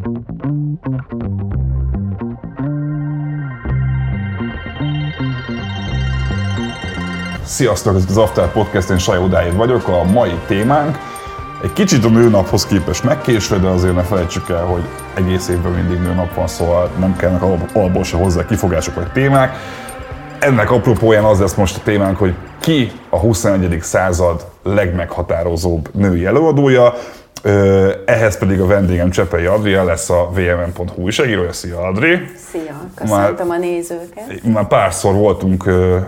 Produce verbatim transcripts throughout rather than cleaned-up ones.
Sziasztok, ez az After Podcast, én Sajó Dávid vagyok. A mai témánk egy kicsit a nőnaphoz képest megkésve, de azért ne felejtsük el, hogy egész évben mindig nőnap van, szóval nem kellnek alapból se hozzá kifogások vagy témák. Ennek apropóján az lesz most a témánk, hogy ki a huszonegyedik század legmeghatározóbb női előadója. Ehhez pedig a vendégem Csepei Adria lesz, a vé em en pont hú újságírója. Szia, Adri! Szia, köszöntöm már, a nézőket! Már párszor voltunk.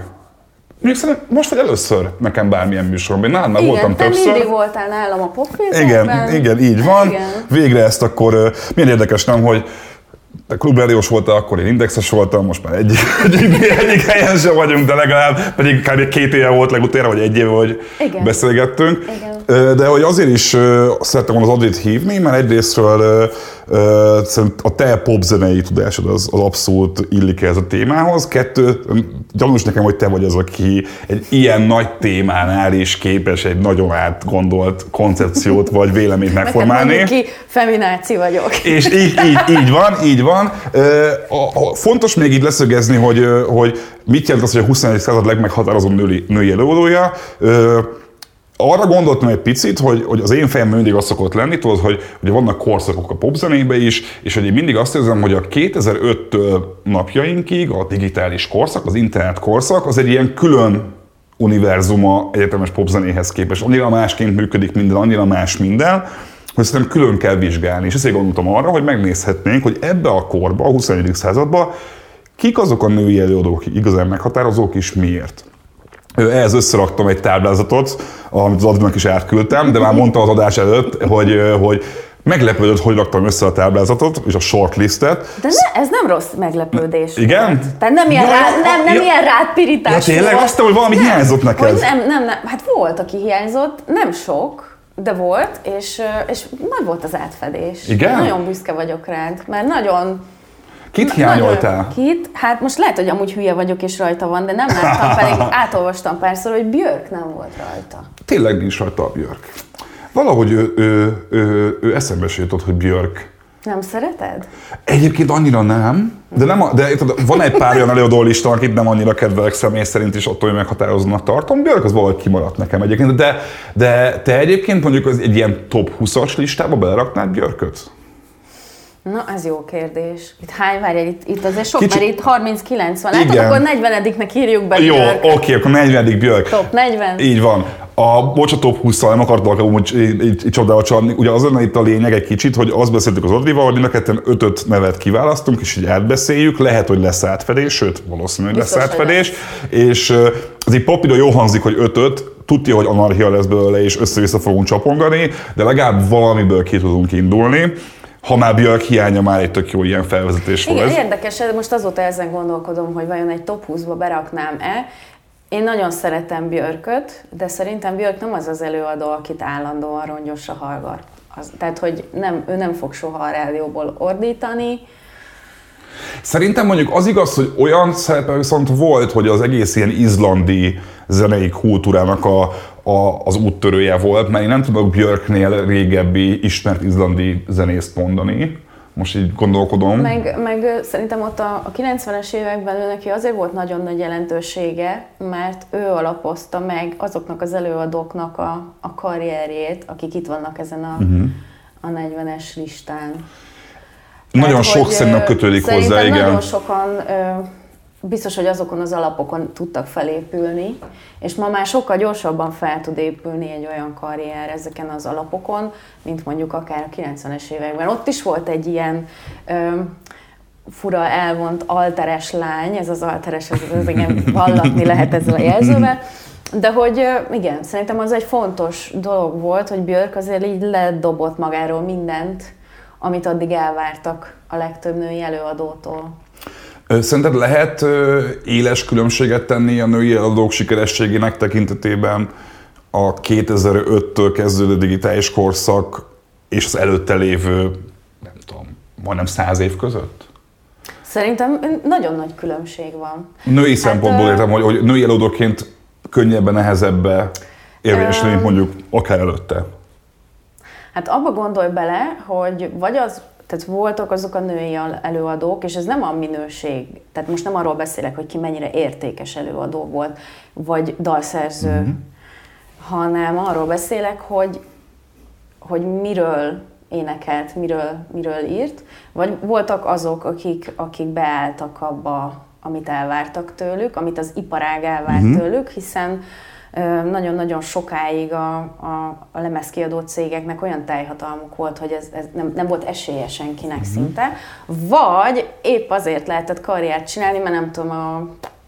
Most vagy először nekem bármilyen műsorban. Nálad már igen, voltam te többször. mindig voltál nálam a popfilmekben. Igen, igen, így van. Igen. Végre ezt akkor, milyen érdekes nem, hogy te klubrádiós voltál, akkor én indexes voltam, most már egyik, egyik, egyik helyen sem vagyunk, de legalább pedig kb. két éve volt legutoljára, vagy egy éve, hogy igen. beszélgettünk. Igen. De hogy azért is szerettem volna az Adrit hívni, mert egyrésztről a te popzenei tudásod az, az abszolút illik ez a témához. Kettő, gyanús nekem, hogy te vagy az, aki egy ilyen nagy témánál is képes egy nagyon átgondolt koncepciót vagy véleményt megformálni. Nekem ki, femináci vagyok. És így, így, így van, így van. A, a, fontos még így leszögezni, hogy, hogy mit jelent az, hogy a huszonegyedik század legmeghatározóbb női, női előadója. Arra gondoltam egy picit, hogy, hogy az én fejemben mindig az szokott lenni, tudod, hogy ugye vannak korszakok a popzenében is, és hogy én mindig azt érzem, hogy a kétezer-öttől napjainkig a digitális korszak, az internet korszak, az egy ilyen külön univerzuma egyetemes popzenéhez képest. Annyira másként működik minden, annyira más minden, hogy szerintem külön kell vizsgálni. És ezért gondoltam arra, hogy megnézhetnénk, hogy ebbe a korba, a huszonegyedik században kik azok a női előadók igazán meghatározók, és miért. Ehhez összeraktam egy táblázatot, amit az Adrinak is átküldtem, de már mondta az adás előtt, hogy, hogy meglepődött, hogy raktam össze a táblázatot és a shortlistet. De ne, ez nem rossz meglepődés. Igen? Volt. Tehát nem ilyen, ja, rád, nem, nem ja, ilyen rádpirítás. Ja, tényleg? Azt hogy valami nem, hiányzott neked? Hogy nem, nem, nem. Hát volt, aki hiányzott, nem sok, de volt, és, és nagy volt az átfedés. Igen? Nagyon büszke vagyok rád, mert nagyon... Kit hiányoltál? Nagyon, kit? Hát most lehet, hogy amúgy hülye vagyok és rajta van, de nem láttam, pedig átolvastam párszor, hogy Björk nem volt rajta. Tényleg nincs rajta a Björk. Valahogy ő, ő, ő, ő eszembe se jutott, hogy Björk. Nem szereted? Egyébként annyira nem, de, nem a, de van egy pár olyan előadó lista, akit nem annyira kedvelek személy szerint is, attól, hogy meghatározónak tartom. Björk az valahogy kimaradt nekem egyébként, de, de te egyébként mondjuk az egy ilyen top húszas listába beleraknád Björköt? Na, ez jó kérdés. Itt hány várjál, itt, itt azért sok, Kicsi... mert itt harminc-kilenc van. Látod, akkor negyvenediknek írjuk be Jó, Björk. oké, okay, akkor negyvenedik Björk. Top negyven. Így van. A bocs, a top hússzal nem akartalak amúgy így, így, így csodába csalni. Ugye az lenne itt a lényeg egy kicsit, hogy azt beszéltük az Adrival, hogy mind a ketten ötöt nevet kiválasztunk, és így átbeszéljük. Lehet, hogy lesz átfedés, sőt, valószínűleg lesz biztos, átfedés. És az így papíron jó hangzik, hogy ötöt, tudja, hogy anarchia lesz belőle, és össze-vissza fogunk csapongani, de legalább valamiből ki tudunk indulni. Ha már Björk hiánya, már egy tök jó ilyen felvezetés volt. Igen, érdekes, de most azóta ezen gondolkodom, hogy vajon egy top húszba beraknám-e. Én nagyon szeretem Björköt, de szerintem Björk nem az az előadó, akit állandóan rongyosra hallgat. Az, tehát, hogy nem, ő nem fog soha a rádióból ordítani. Szerintem mondjuk az igaz, hogy olyan szerepe viszont volt, hogy az egész ilyen izlandi zenei kultúrának a, a, az úttörője volt, mert én nem tudok Björknél régebbi ismert izlandi zenészt mondani. Most így gondolkodom. Meg, meg szerintem ott a, a kilencvenes években ő neki azért volt nagyon nagy jelentősége, mert ő alapozta meg azoknak az előadóknak a, a karrierjét, akik itt vannak ezen a, uh-huh. a negyvenes listán. Nagyon Tehát, sok szerintem kötődik hozzá, igen. Nagyon sokan biztos, hogy azokon az alapokon tudtak felépülni, és ma már sokkal gyorsabban fel tud épülni egy olyan karrier ezeken az alapokon, mint mondjuk akár a kilencvenes években. Ott is volt egy ilyen ö, fura elvont alteres lány, ez az alteres, ez, ez igen, vallatni lehet ezzel a jelzővel, de hogy igen, szerintem az egy fontos dolog volt, hogy Björk azért így ledobott magáról mindent, amit addig elvártak a legtöbb női előadótól. Szerinted lehet éles különbséget tenni a női előadók sikerességének tekintetében a kétezer-öttől kezdődő digitális korszak és az előtte lévő, nem tudom, majdnem száz év között? Szerintem nagyon nagy különbség van. Női hát, szempontból értem, hogy, hogy női előadóként könnyebben, nehezebben érvényesülni, um, mondjuk akár előtte. Hát abba gondolj bele, hogy vagy az Tehát voltak azok a női előadók, és ez nem a minőség, tehát most nem arról beszélek, hogy ki mennyire értékes előadó volt, vagy dalszerző, mm-hmm. hanem arról beszélek, hogy, hogy miről énekelt, miről, miről írt, vagy voltak azok, akik, akik beálltak abba, amit elvártak tőlük, amit az iparág elvárt mm-hmm. tőlük, hiszen nagyon-nagyon sokáig a, a, a lemezkiadó cégeknek olyan teljhatalmuk volt, hogy ez, ez nem, nem volt esélye senkinek uh-huh. szinte, vagy épp azért lehetett karriert csinálni, mert nem tudom, a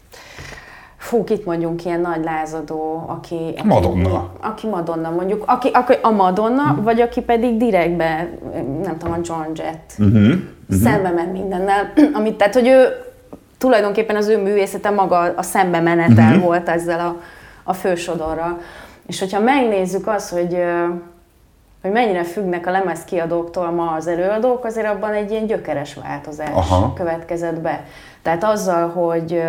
fú, itt mondjunk ilyen nagy lázadó, aki... aki Madonna. Aki Madonna, mondjuk, aki, aki a Madonna, uh-huh. vagy aki pedig direktbe, nem tudom, a John Jett. Uh-huh. Uh-huh. Szembe ment mindennel, amit, tehát, hogy ő tulajdonképpen az ő művészete maga a szembe menetel uh-huh. volt ezzel a a fősodorra. És hogyha megnézzük azt, hogy, hogy mennyire függnek a lemezkiadóktól ma az előadók, azért abban egy ilyen gyökeres változás Aha. következett be. Tehát azzal, hogy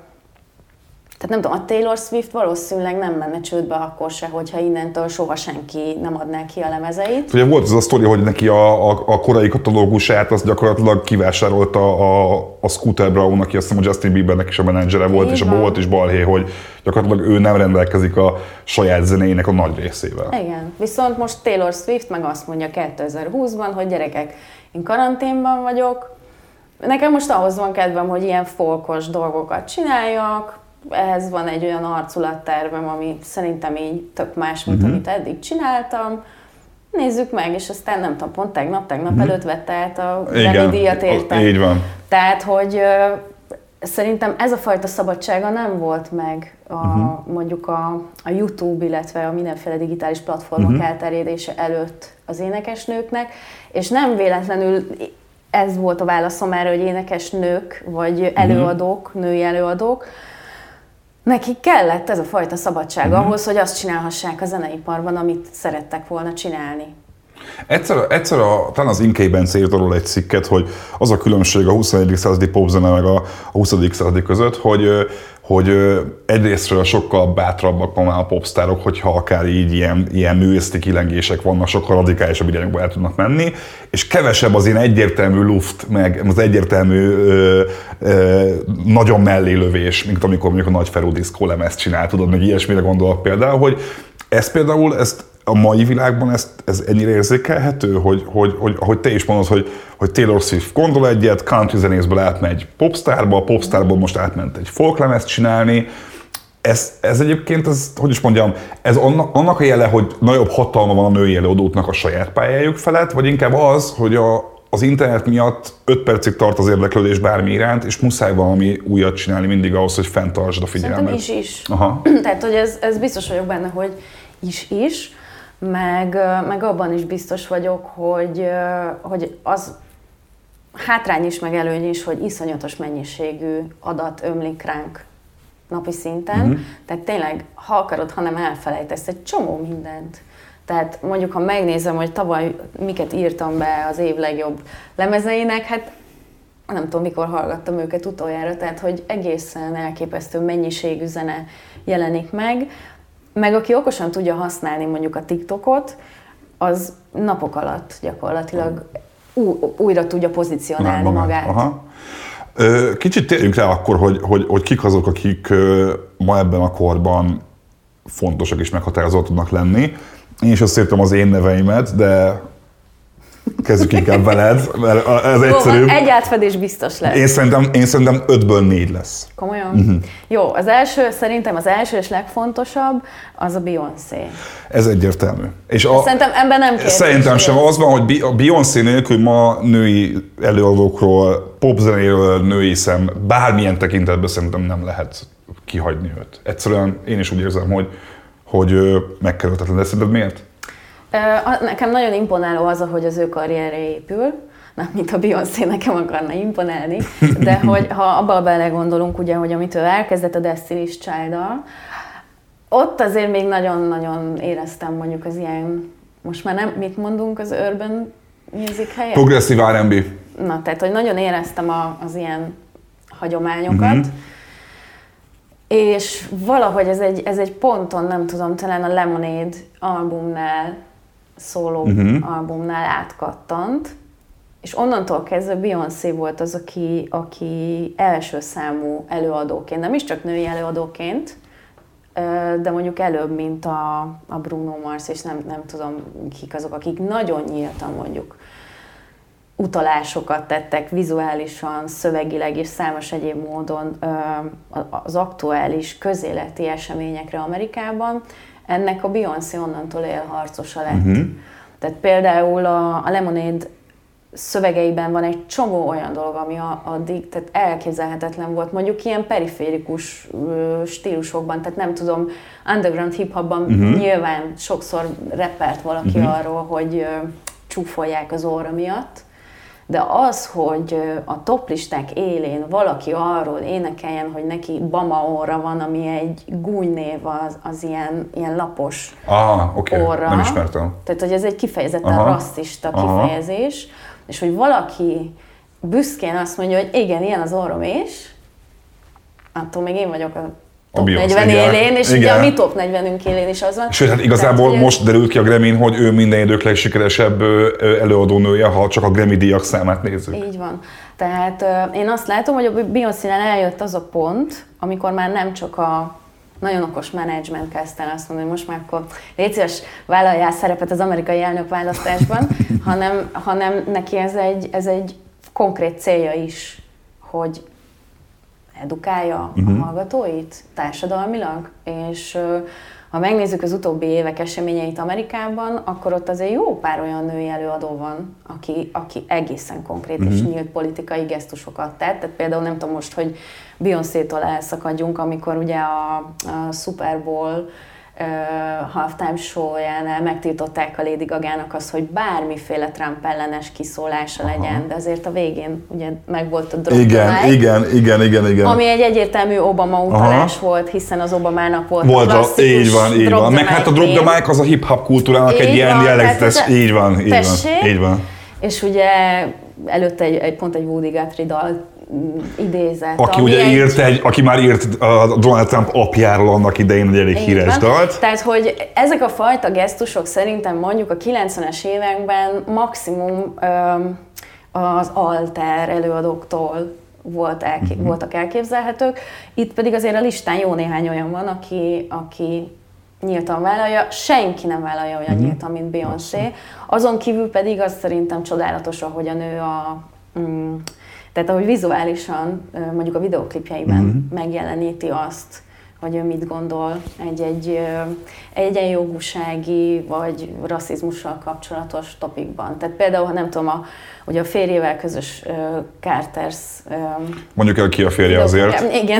tehát nem tudom, a Taylor Swift valószínűleg nem menne csődbe akkor se, hogyha innentől soha senki nem adná ki a lemezeit. Ugye volt az a sztori, hogy neki a, a, a korai katalógusát azt gyakorlatilag kivásárolta a, a Scooter Braun, aki azt hiszem a Justin Biebernek is a menedzsere volt, Így és abban volt is balhé, hogy gyakorlatilag ő nem rendelkezik a saját zenéjének a nagy részével. Igen, viszont most Taylor Swift meg azt mondja kétezer-húszban, hogy gyerekek, én karanténban vagyok, nekem most ahhoz van kedvem, hogy ilyen folkos dolgokat csináljak, ehhez van egy olyan arculattervem, ami szerintem így tök más, mint uh-huh. amit eddig csináltam. Nézzük meg, és aztán nem tudom, pont tegnap, tegnap uh-huh. előtt vette át a Grammy-díjat érte. Így van. Tehát, hogy uh, szerintem ez a fajta szabadsága nem volt meg a, uh-huh. mondjuk a, a YouTube, illetve a mindenféle digitális platformok uh-huh. elterjedése előtt az énekesnőknek, és nem véletlenül ez volt a válaszom erre, hogy énekesnők, vagy előadók, uh-huh. női előadók, nekik kellett ez a fajta szabadság uh-huh. ahhoz, hogy azt csinálhassák a zeneiparban, amit szerettek volna csinálni. Egyszer, egyszer a, talán az Inkei Bence írt arról egy cikket, hogy az a különbség a huszonegyedik századi popzene meg a huszadik századi között, hogy, hogy egyrésztről sokkal bátrabbak már a popstárok, hogyha akár így ilyen, ilyen művészeti kilengések vannak, sokkal radikálisabb irányokba el tudnak menni, és kevesebb az ilyen egyértelmű luft, meg az egyértelmű ö, ö, nagyon mellélövés, mint amikor mondjuk a Nagy Feró diszkó lemezt csinál, tudod, meg ilyesmire gondolok például, hogy ez például, ezt a mai világban ezt, ez ennyire érzékelhető, hogy, hogy, hogy ahogy te is mondod, hogy, hogy Taylor Swift gondol egyet, country zenészből átmegy popstárba, a popstárból most átment egy folklemezt csinálni. Ez, ez egyébként, ez, hogy is mondjam, ez annak, annak a jele, hogy nagyobb hatalma van a női előadóknak a saját pályájuk felett, vagy inkább az, hogy a, az internet miatt öt percig tart az érdeklődés bármi iránt, és muszáj valami újat csinálni mindig ahhoz, hogy fenntartsd a figyelmet. Szerintem is is. Aha. Tehát, hogy ez, ez biztos vagyok benne, hogy is is. Meg, meg abban is biztos vagyok, hogy, hogy az hátrány is, meg előny is, hogy iszonyatos mennyiségű adat ömlik ránk napi szinten. Uh-huh. Tehát tényleg, ha akarod, hanem elfelejtesz egy csomó mindent. Tehát mondjuk, ha megnézem, hogy tavaly miket írtam be az év legjobb lemezeinek, hát nem tudom, mikor hallgattam őket utoljára, tehát hogy egészen elképesztő mennyiségű zene jelenik meg. Meg aki okosan tudja használni mondjuk a TikTokot, az napok alatt gyakorlatilag ú- újra tudja pozícionálni Már magát. Aha. Kicsit térjünk rá akkor, hogy, hogy, hogy kik azok, akik ma ebben a korban fontosak és meghatározóak tudnak lenni. Én is azt írtam az én neveimet, de kezdjük inkább veled, mert ez egyszerűbb. Egy átfedés biztos lesz. Én szerintem, én szerintem ötből négy lesz. Komolyan? Uh-huh. Jó, az első, szerintem az első és legfontosabb az a Beyoncé. Ez egyértelmű. És a, szerintem ebben nem kérdés. Szerintem sem. Az van, hogy a Beyoncé nélkül ma női előadókról, popzenéről, női szem, bármilyen tekintetben szerintem nem lehet kihagyni őt. Egyszerűen én is úgy érzem, hogy, hogy megkerülhetetlen. De szerinted miért? Nekem nagyon imponáló az, ahogy az ő karrierje épül, nem, mint a Beyoncé nekem akarna imponálni, de hogy ha abba belegondolunk, ugye, hogy amit ő elkezdett a Destiny's Child-dal, ott azért még nagyon-nagyon éreztem mondjuk az ilyen, most már nem, mit mondunk az urban music helyett? Progressive er and bé. Na, tehát, hogy nagyon éreztem a, az ilyen hagyományokat, uh-huh. és valahogy ez egy, ez egy ponton, nem tudom, talán a Lemonade albumnál, szóló uh-huh. albumnál átkattant, és onnantól kezdve Beyoncé volt az, aki, aki első számú előadóként, nem is csak női előadóként, de mondjuk előbb, mint a, a Bruno Mars, és nem, nem tudom kik azok, akik nagyon nyíltan mondjuk utalásokat tettek vizuálisan, szövegileg és számos egyéb módon az aktuális közéleti eseményekre Amerikában. Ennek a Beyoncé onnantól élharcosa lett. Uh-huh. Tehát például a, a Lemonade szövegeiben van egy csomó olyan dolog, ami a, addig tehát elképzelhetetlen volt, mondjuk ilyen periférikus uh, stílusokban, tehát nem tudom, underground hip-hopban uh-huh. nyilván sokszor rappelt valaki uh-huh. arról, hogy uh, csúfolják az óra miatt, de az, hogy a toplisták élén valaki arról énekeljen, hogy neki Bama óra van, ami egy gúnynév, az, az ilyen, ilyen lapos ah, okay. óra. Nem ismertem. Tehát, hogy ez egy kifejezetten Aha. rasszista Aha. kifejezés, és hogy valaki büszkén azt mondja, hogy igen, ilyen az orrom is, attól még én vagyok a top negyven élén, és igen. ugye a mi top negyvenünk élén is az van. Sőt, hát igazából Tehát, most derült ki a Grammyn, hogy ő minden idők legsikeresebb előadónője, ha csak a Grammy díjak számát nézzük. Így van. Tehát én azt látom, hogy a Beyoncé-nál eljött az a pont, amikor már nem csak a nagyon okos menedzsment kezdte el azt mondani, hogy most már akkor légy szíves, vállaljál szerepet az amerikai elnökválasztásban, hanem, hanem neki ez egy, ez egy konkrét célja is, hogy edukálja uh-huh. a hallgatóit társadalmilag, és ha megnézzük az utóbbi évek eseményeit Amerikában, akkor ott azért jó pár olyan női előadó van, aki, aki egészen konkrét uh-huh. és nyílt politikai gesztusokat tett. Tehát például nem tudom most, hogy Beyoncé-tól elszakadjunk, amikor ugye a, a Super Bowl uh, halftime show-jánál megtiltották a Lady Gagának azt, hogy bármiféle Trump ellenes kiszólása Aha. legyen, de azért a végén ugye meg volt a drop igen, the mic, igen, igen, igen, igen. ami egy egyértelmű Obama utalás Aha. volt, hiszen az Obamának volt, volt a klasszikus így van, így van. Meg hát a Drop the Mic az a hip-hop kultúrának egy ilyen jellegzetes, így van, így tessék, van, így van. És ugye előtte egy, egy pont egy Woody Guthrie dal idézett. Aki ugye egy... írt egy, aki már írt a Donald Trump apjáról annak idején egy elég híres dalt. Tehát, hogy ezek a fajta gesztusok szerintem mondjuk a kilencvenes években maximum öm, az alter előadóktól volt elké- uh-huh. voltak elképzelhetők. Itt pedig azért a listán jó néhány olyan van, aki, aki nyíltan vállalja, senki nem vállalja olyan uh-huh. nyíltan, mint Beyoncé. Azon kívül pedig az szerintem csodálatos, ahogy a nő a... Mm, tehát ahogy vizuálisan, mondjuk a videóklipjeiben uh-huh. megjeleníti azt, hogy ő mit gondol egy-egy egyenjogúsági vagy rasszizmussal kapcsolatos topikban. Tehát például, ha nem tudom, a, ugye a férjével közös uh, Carters... Um, Mondjuk el ki a férje azért. Igen.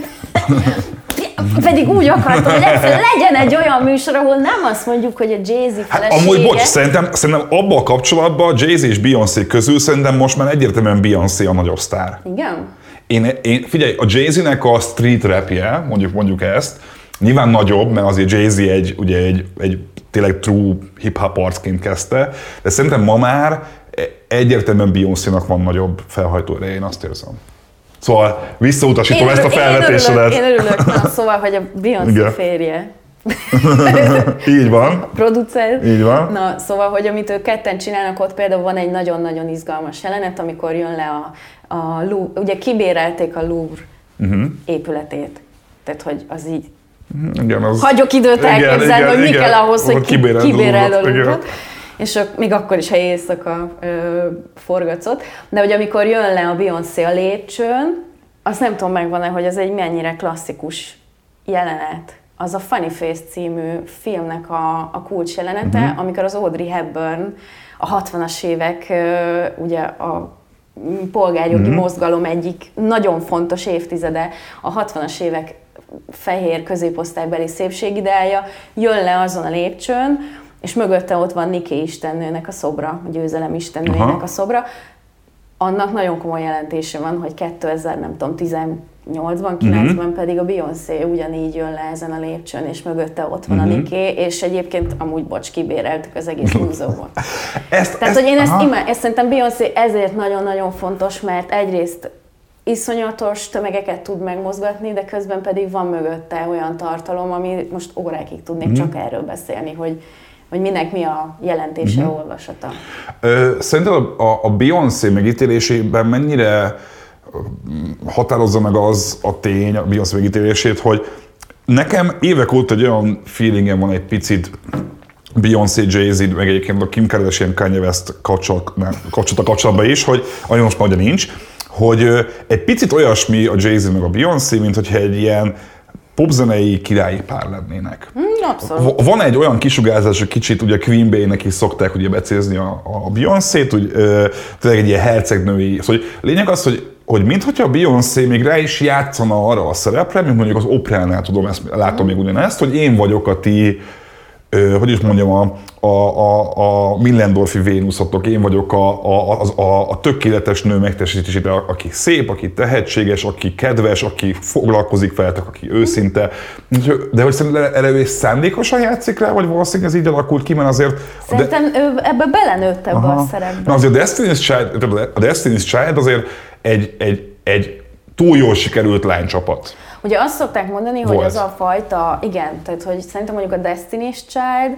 Pedig úgy akartam, hogy egyszer legyen egy olyan műsor, ahol nem azt mondjuk, hogy a Jay-Z felesége... Hát amúgy, bocs, szerintem, szerintem abban a kapcsolatban Jay-Z és Beyoncé közül szerintem most már egyértelműen Beyoncé a nagyobb sztár. Igen? Én, én, figyelj, a Jay-Z-nek a street rapje, mondjuk, mondjuk ezt, nyilván nagyobb, mert azért Jay-Z egy, ugye egy, egy tényleg true hip-hop arcként kezdte, de szerintem ma már egyértelműen Beyoncé-nak van nagyobb felhajtó ereje, én azt érzem. Szóval visszautasítom én ezt a felvetésedet. Én örülök, én örülök. Na, szóval, hogy a Beyoncé férje. Így van. A producer. Így van. Na, szóval, hogy amit ők ketten csinálnak, ott például van egy nagyon-nagyon izgalmas jelenet, amikor jön le a, a Louvre, ugye kibérelték a Louvre uh-huh. épületét. Tehát, hogy az így igen, az... hagyok időt elképzelni, hogy mi igen, kell ahhoz, hogy kibéreld a Louvre-t. És még akkor is, ha éjszaka ö, forgatsz. De hogy amikor jön le a Beyoncé a lépcsőn, azt nem tudom megvan-e, hogy ez egy mennyire klasszikus jelenet. Az a Funny Face című filmnek a, a kulcs jelenete, uh-huh. amikor az Audrey Hepburn a hatvanas évek ö, ugye a polgárjogi uh-huh. mozgalom egyik nagyon fontos évtizede, a hatvanas évek fehér középosztálybeli szépségideája, jön le azon a lépcsőn, és mögötte ott van Nike istennőnek a szobra, a győzelem istennőjének Aha. a szobra. Annak nagyon komoly jelentése van, hogy kétezer, nem tudom, tizennyolcban, kilencben mm-hmm. pedig a Beyoncé ugyanígy jön le ezen a lépcsőn, és mögötte ott van mm-hmm. a Nike, és egyébként amúgy, bocs, kibéreltük az egész múzeumot. ezt, Tehát, ezt, hogy én ezt, imá, ezt szerintem Beyoncé ezért nagyon-nagyon fontos, mert egyrészt iszonyatos tömegeket tud megmozgatni, de közben pedig van mögötte olyan tartalom, ami most órákig tudnék mm. csak erről beszélni, hogy hogy minek mi a jelentése, uh-huh. olvasata. Szerinted a, a Beyoncé megítélésében mennyire határozza meg az a tény, a Beyoncé megítélését, hogy nekem évek óta egy olyan feelingem van egy picit Beyoncé, Jay-Z, meg egyébként a Kim Kardashian, Kanye West kapcsolata kapcsolatban is, hogy olyan most már ugye nincs, hogy egy picit olyasmi a Jay-Z meg a Beyoncé, mint hogyha egy ilyen popzenei királyi pár lennének. Abszolút. Van egy olyan kisugárzás, hogy kicsit ugye Queen Bey-nek is szokták ugye becézni a, a Beyoncé-t, úgy tényleg egy ilyen hercegnői, szóval lényeg az, hogy hogy minthogyha a Beyoncé még rá is játszana arra a szerepre, mint mondjuk az Oprah-nál tudom, ezt, látom még ugyanezt, hogy én vagyok a ti, ö, hogy is mondjam, a, a, a, a Millendorfi Vénuszotok, én vagyok a, a, a, a, a tökéletes nő megtestesítésére, aki szép, aki tehetséges, aki kedves, aki foglalkozik veletek, aki őszinte. De hogy szerintem erre ő szándékosan játszik rá, vagy valószínűleg ez így alakult ki, mert azért... Szerintem de... ő ebbe belenőtt ebbe Aha. a szerepbe. Na azért a Destiny's Child, a Destiny's Child azért egy, egy, egy túl jól sikerült lánycsapat. Ugye azt szokták mondani, Volt. hogy az a fajta, igen, tehát hogy szerintem mondjuk a Destiny's Child,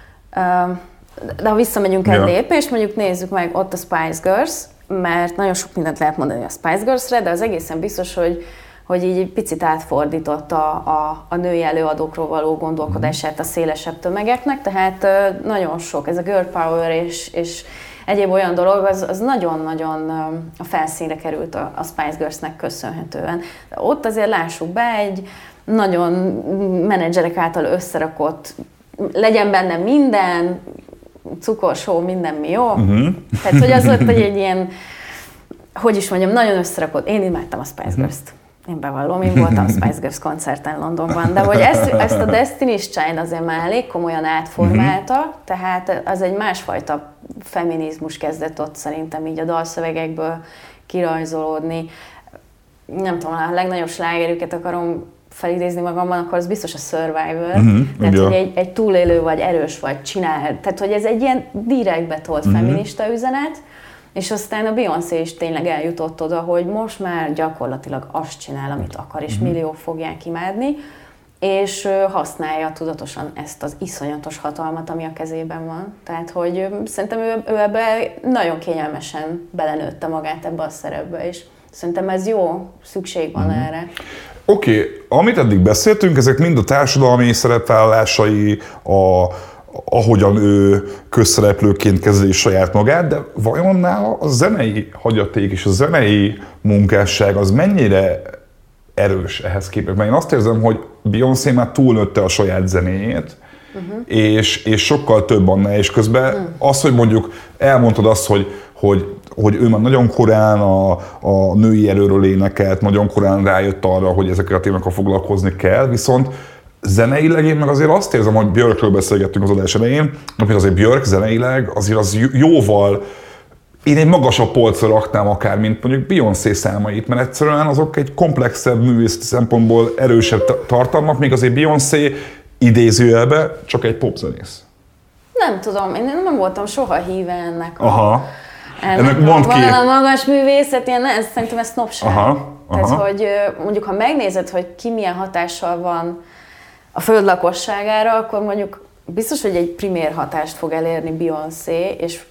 de ha visszamegyünk egy ja. lépést, mondjuk nézzük meg ott a Spice Girls, mert nagyon sok mindent lehet mondani a Spice Girls-re, de az egészen biztos, hogy, hogy így egy picit átfordította a, a, a női előadókról való gondolkodását a szélesebb tömegeknek, tehát nagyon sok, ez a girl power és, és egyéb olyan dolog, az, az nagyon-nagyon a felszínre került a, a Spice Girls-nek köszönhetően. De ott azért lássuk be, egy nagyon menedzserek által összerakott, legyen benne minden, cukorsó, minden mi jó. Uh-huh. Tehát, hogy az ott egy ilyen, hogy is mondjam, nagyon összerakott. Én imádtam a Spice Girls-t. Én bevallom, én voltam a Spice Girls koncerten Londonban, de hogy ezt, ezt a Destiny's Child azért már elég komolyan átformálta, uh-huh. tehát az egy másfajta feminizmus kezdett ott szerintem így a dalszövegekből kirajzolódni. Nem tudom, a legnagyobb slágerüket akarom felidézni magamban, akkor az biztos a Survivor. Uh-huh. Tehát, hogy egy, egy túlélő vagy, erős vagy, csinál. Tehát, hogy ez egy ilyen direkt betolt uh-huh. feminista üzenet, és aztán a Beyoncé is tényleg eljutott oda, hogy most már gyakorlatilag azt csinál, amit akar, és milliók fogják imádni, és használja tudatosan ezt az iszonyatos hatalmat, ami a kezében van. Tehát, hogy szerintem ő, ő ebbe nagyon kényelmesen belenőtte magát ebbe a szerepbe, és szerintem ez jó, szükség van mm. erre. Oké, okay. Amit eddig beszéltünk, ezek mind a társadalmi szerepvállalásai, a ahogyan ő közszereplőként kezeli saját magát, de vajon nála a zenei hagyaték és a zenei munkásság az mennyire erős ehhez képest? Mert én azt érzem, hogy Beyoncé már túlnőtte a saját zenéjét, uh-huh. és, és sokkal több annál, és közben uh-huh. az, hogy mondjuk elmondtad azt, hogy, hogy, hogy ő már nagyon korán a, a női erőről énekelt, nagyon korán rájött arra, hogy ezekkel a témákkal foglalkozni kell, viszont zeneileg én meg azért azt érzem, hogy Björkről beszélgettünk az adás elején, hogy azért Björk zeneileg azért az jóval, én egy magasabb polcra raknám akár, mint mondjuk Beyoncé számait, mert egyszerűen azok egy komplexebb művészeti szempontból erősebb tartalmak, még azért Beyoncé idézőjelben csak egy popzenész. Nem tudom, én nem voltam soha híve ennek a... Aha. Ennek, ennek mondd ki. A magas művészet, ilyen, ez, szerintem ez sznopság. Aha. Tehát, hogy mondjuk, ha megnézed, hogy ki milyen hatással van a föld lakosságára, akkor mondjuk biztos, hogy egy primér hatást fog elérni Beyoncé, és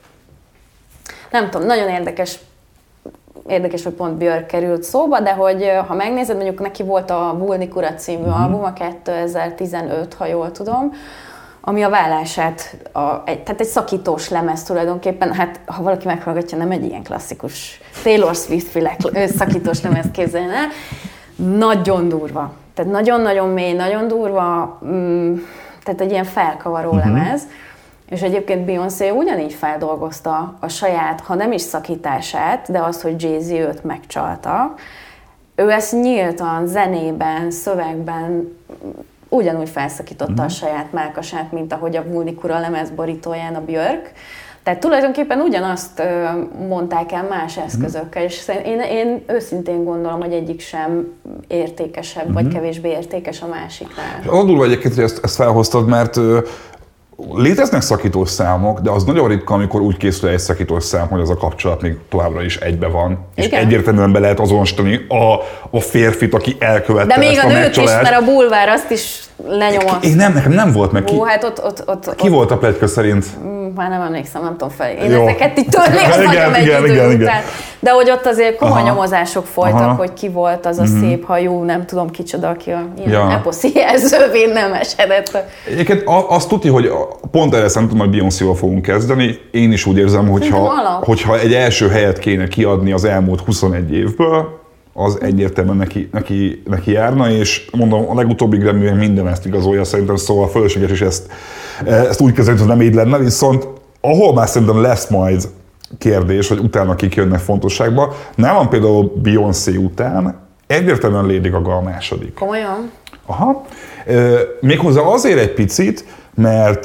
nem tudom, nagyon érdekes, érdekes, hogy pont Björk került szóba, de hogy ha megnézed, mondjuk neki volt a Vulnicura című uh-huh. album, a kétezer-tizenöt, ha jól tudom, ami a vállását, a, egy, tehát egy szakítós lemez tulajdonképpen, hát ha valaki meghallgatja, nem egy ilyen klasszikus Taylor Swift-féle szakítós lemez képzeljen el, nagyon durva. Tehát nagyon-nagyon mély, nagyon durva, mm, tehát egy ilyen felkavaró uh-huh. lemez. És egyébként Beyoncé ugyanígy feldolgozta a saját, ha nem is szakítását, de azt, hogy Jay-Z őt megcsalta. Ő ezt nyíltan, zenében, szövegben ugyanúgy felszakította uh-huh. a saját mákasát, mint ahogy a Vulnicura lemez borítóján a Björk. Tehát tulajdonképpen ugyanazt mondták el más eszközökkel, és én, én őszintén gondolom, hogy egyik sem értékesebb, uh-huh. vagy kevésbé értékes a másiknál. Az durva egyébként, hogy ezt, ezt felhoztad, mert léteznek szakítós számok, de az nagyon ritka, amikor úgy készül egy szakítós szám, hogy az a kapcsolat még továbbra is egybe van. És igen. egyértelműen be lehet azonosítani a, a férfit, aki elkövette de ezt a még a nőt is, mert a bulvár azt is lenyomott. Én nem, nekem nem volt meg. Ki, Ó, hát ott, ott, ott, ki ott, volt a pletyka szerint? Már nem emlékszem, nem tudom fel. Én Jó. ezeket itt törni az nagyon egy idő igen, után. Igen. De hogy ott azért komoly aha. nyomozások folytak, aha. hogy ki volt az a mm-hmm. szép hajú, nem tudom kicsoda, aki a ja. eposzi jelzővén nem esedett. Egyébként azt tudja, hogy pont erre szerintem, hogy Beyoncé-val fogunk kezdeni. Én is úgy érzem, hogyha, hogyha egy első helyet kéne kiadni az elmúlt huszonegy évből, az egyértelműen neki, neki, neki járna, és mondom, a legutóbbi Grammy minden ezt igazolja szerintem, szóval fölösleges is ezt, ezt úgy kezelni, hogy nem így lenne, viszont ahol már szerintem lesz majd kérdés, hogy utána kik jönnek fontosságba, nálam például Beyoncé után egyértelműen Lady Gaga a második. Komolyan? Aha. Méghozzá azért egy picit, mert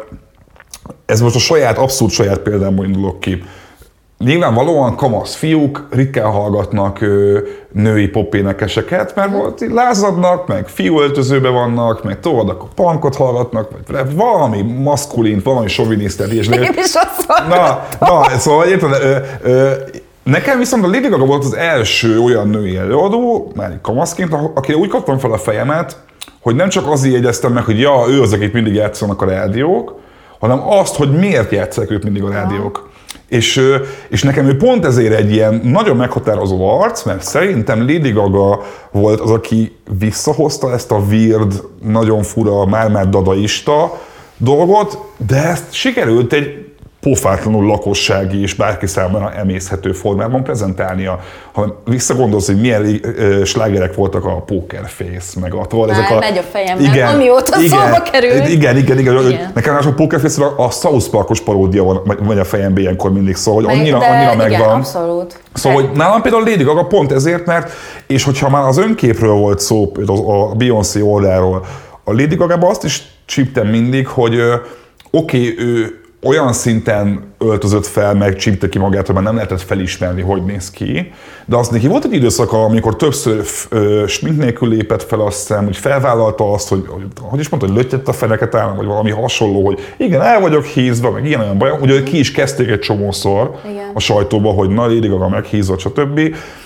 ez most a saját, abszolút saját példámból indulok ki. Nyilvánvalóan kamasz fiúk ritkán hallgatnak ö, női popénekeseket, mert mm. lázadnak, meg fiúöltözőben vannak, meg tovább a punkot hallgatnak, vagy valami maszkulint, valami sovinisztát. És én is azt na, na, szóval érted, ö, ö, nekem viszont a Lady Gaga volt az első olyan női előadó, már kamaszként, akire úgy kaptam fel a fejemet, hogy nem csak azért jegyeztem meg, hogy ja, ő az, akit mindig játszanak a rádiók, hanem azt, hogy miért játsszák őt mindig a rádiók. És, és nekem ő pont ezért egy ilyen nagyon meghatározó arc, mert szerintem Lady Gaga volt az, aki visszahozta ezt a weird, nagyon fura, már-már dadaista dolgot, de ezt sikerült egy pofátlanul lakossági és bárki számára emészhető formában prezentálnia. Ha visszagondolsz, hogy milyen slágerek voltak a Poker Face, meg a tovább ezek a... megy a fejemben, igen, amióta igen, szóba került. Igen, igen, igen. igen. Nekem a Poker Face-ra a South Parkos paródia van, vagy a fejemben ilyenkor mindig szól, hogy meg, annyira, annyira igen, megvan. Abszolút. Szóval, hogy nálam például Lady Gaga pont ezért, mert, és hogyha már az önképről volt szó, a Beyoncé oldalról, a Lady Gaga-ban azt is csíptem mindig, hogy oké, okay, ő olyan szinten öltözött fel, meg csípte ki magát, hogy már nem lehetett felismerni, hogy néz ki. De az neki volt egy időszaka, amikor többször ö, smink nélkül lépett fel, azt hiszem, hogy felvállalta azt, hogy, hogy, hogy is mondta, hogy lötyett a feneket állam, vagy valami hasonló, hogy igen, el vagyok hízva, meg ilyen olyan bajom, hogy ki is kezdték egy csomószor igen. a sajtóba, hogy na, Lady Gaga meghízott, stb.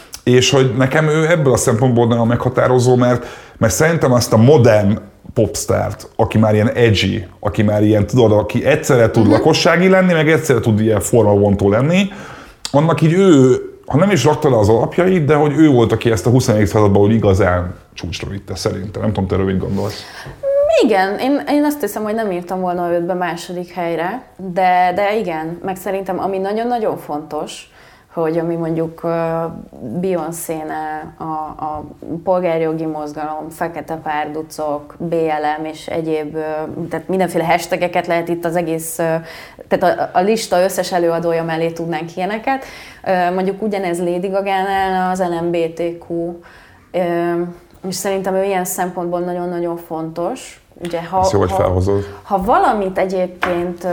És hogy nekem ő ebből a szempontból nagyon meghatározó, mert, mert szerintem azt a modern popstárt, aki már ilyen edgy, aki már ilyen, tudod, aki egyszerre tud uh-huh. lakossági lenni, meg egyszerre tud ilyen formavontó lenni, annak így ő, ha nem is rakta le az alapjait, de hogy ő volt, aki ezt a huszonegyedik században hogy igazán csúcsra vitte szerintem. Nem tudom, te rövid gondolsz. Igen, én, én azt hiszem, hogy nem írtam volna őt be második helyre, de, de igen, meg szerintem ami nagyon-nagyon fontos, hogy ami mondjuk Beyoncé-nál a, a polgárjogi mozgalom, fekete párducok, bé el em és egyéb, tehát mindenféle hashtageket lehet itt az egész, tehát a, a lista összes előadója mellé tudnánk ilyeneket. Mondjuk ugyanez Lady Gagánál az el em bé té kú, és szerintem ő ilyen szempontból nagyon-nagyon fontos. Ugye, ha, jó, hogy felhozod. Ha, ha valamit egyébként,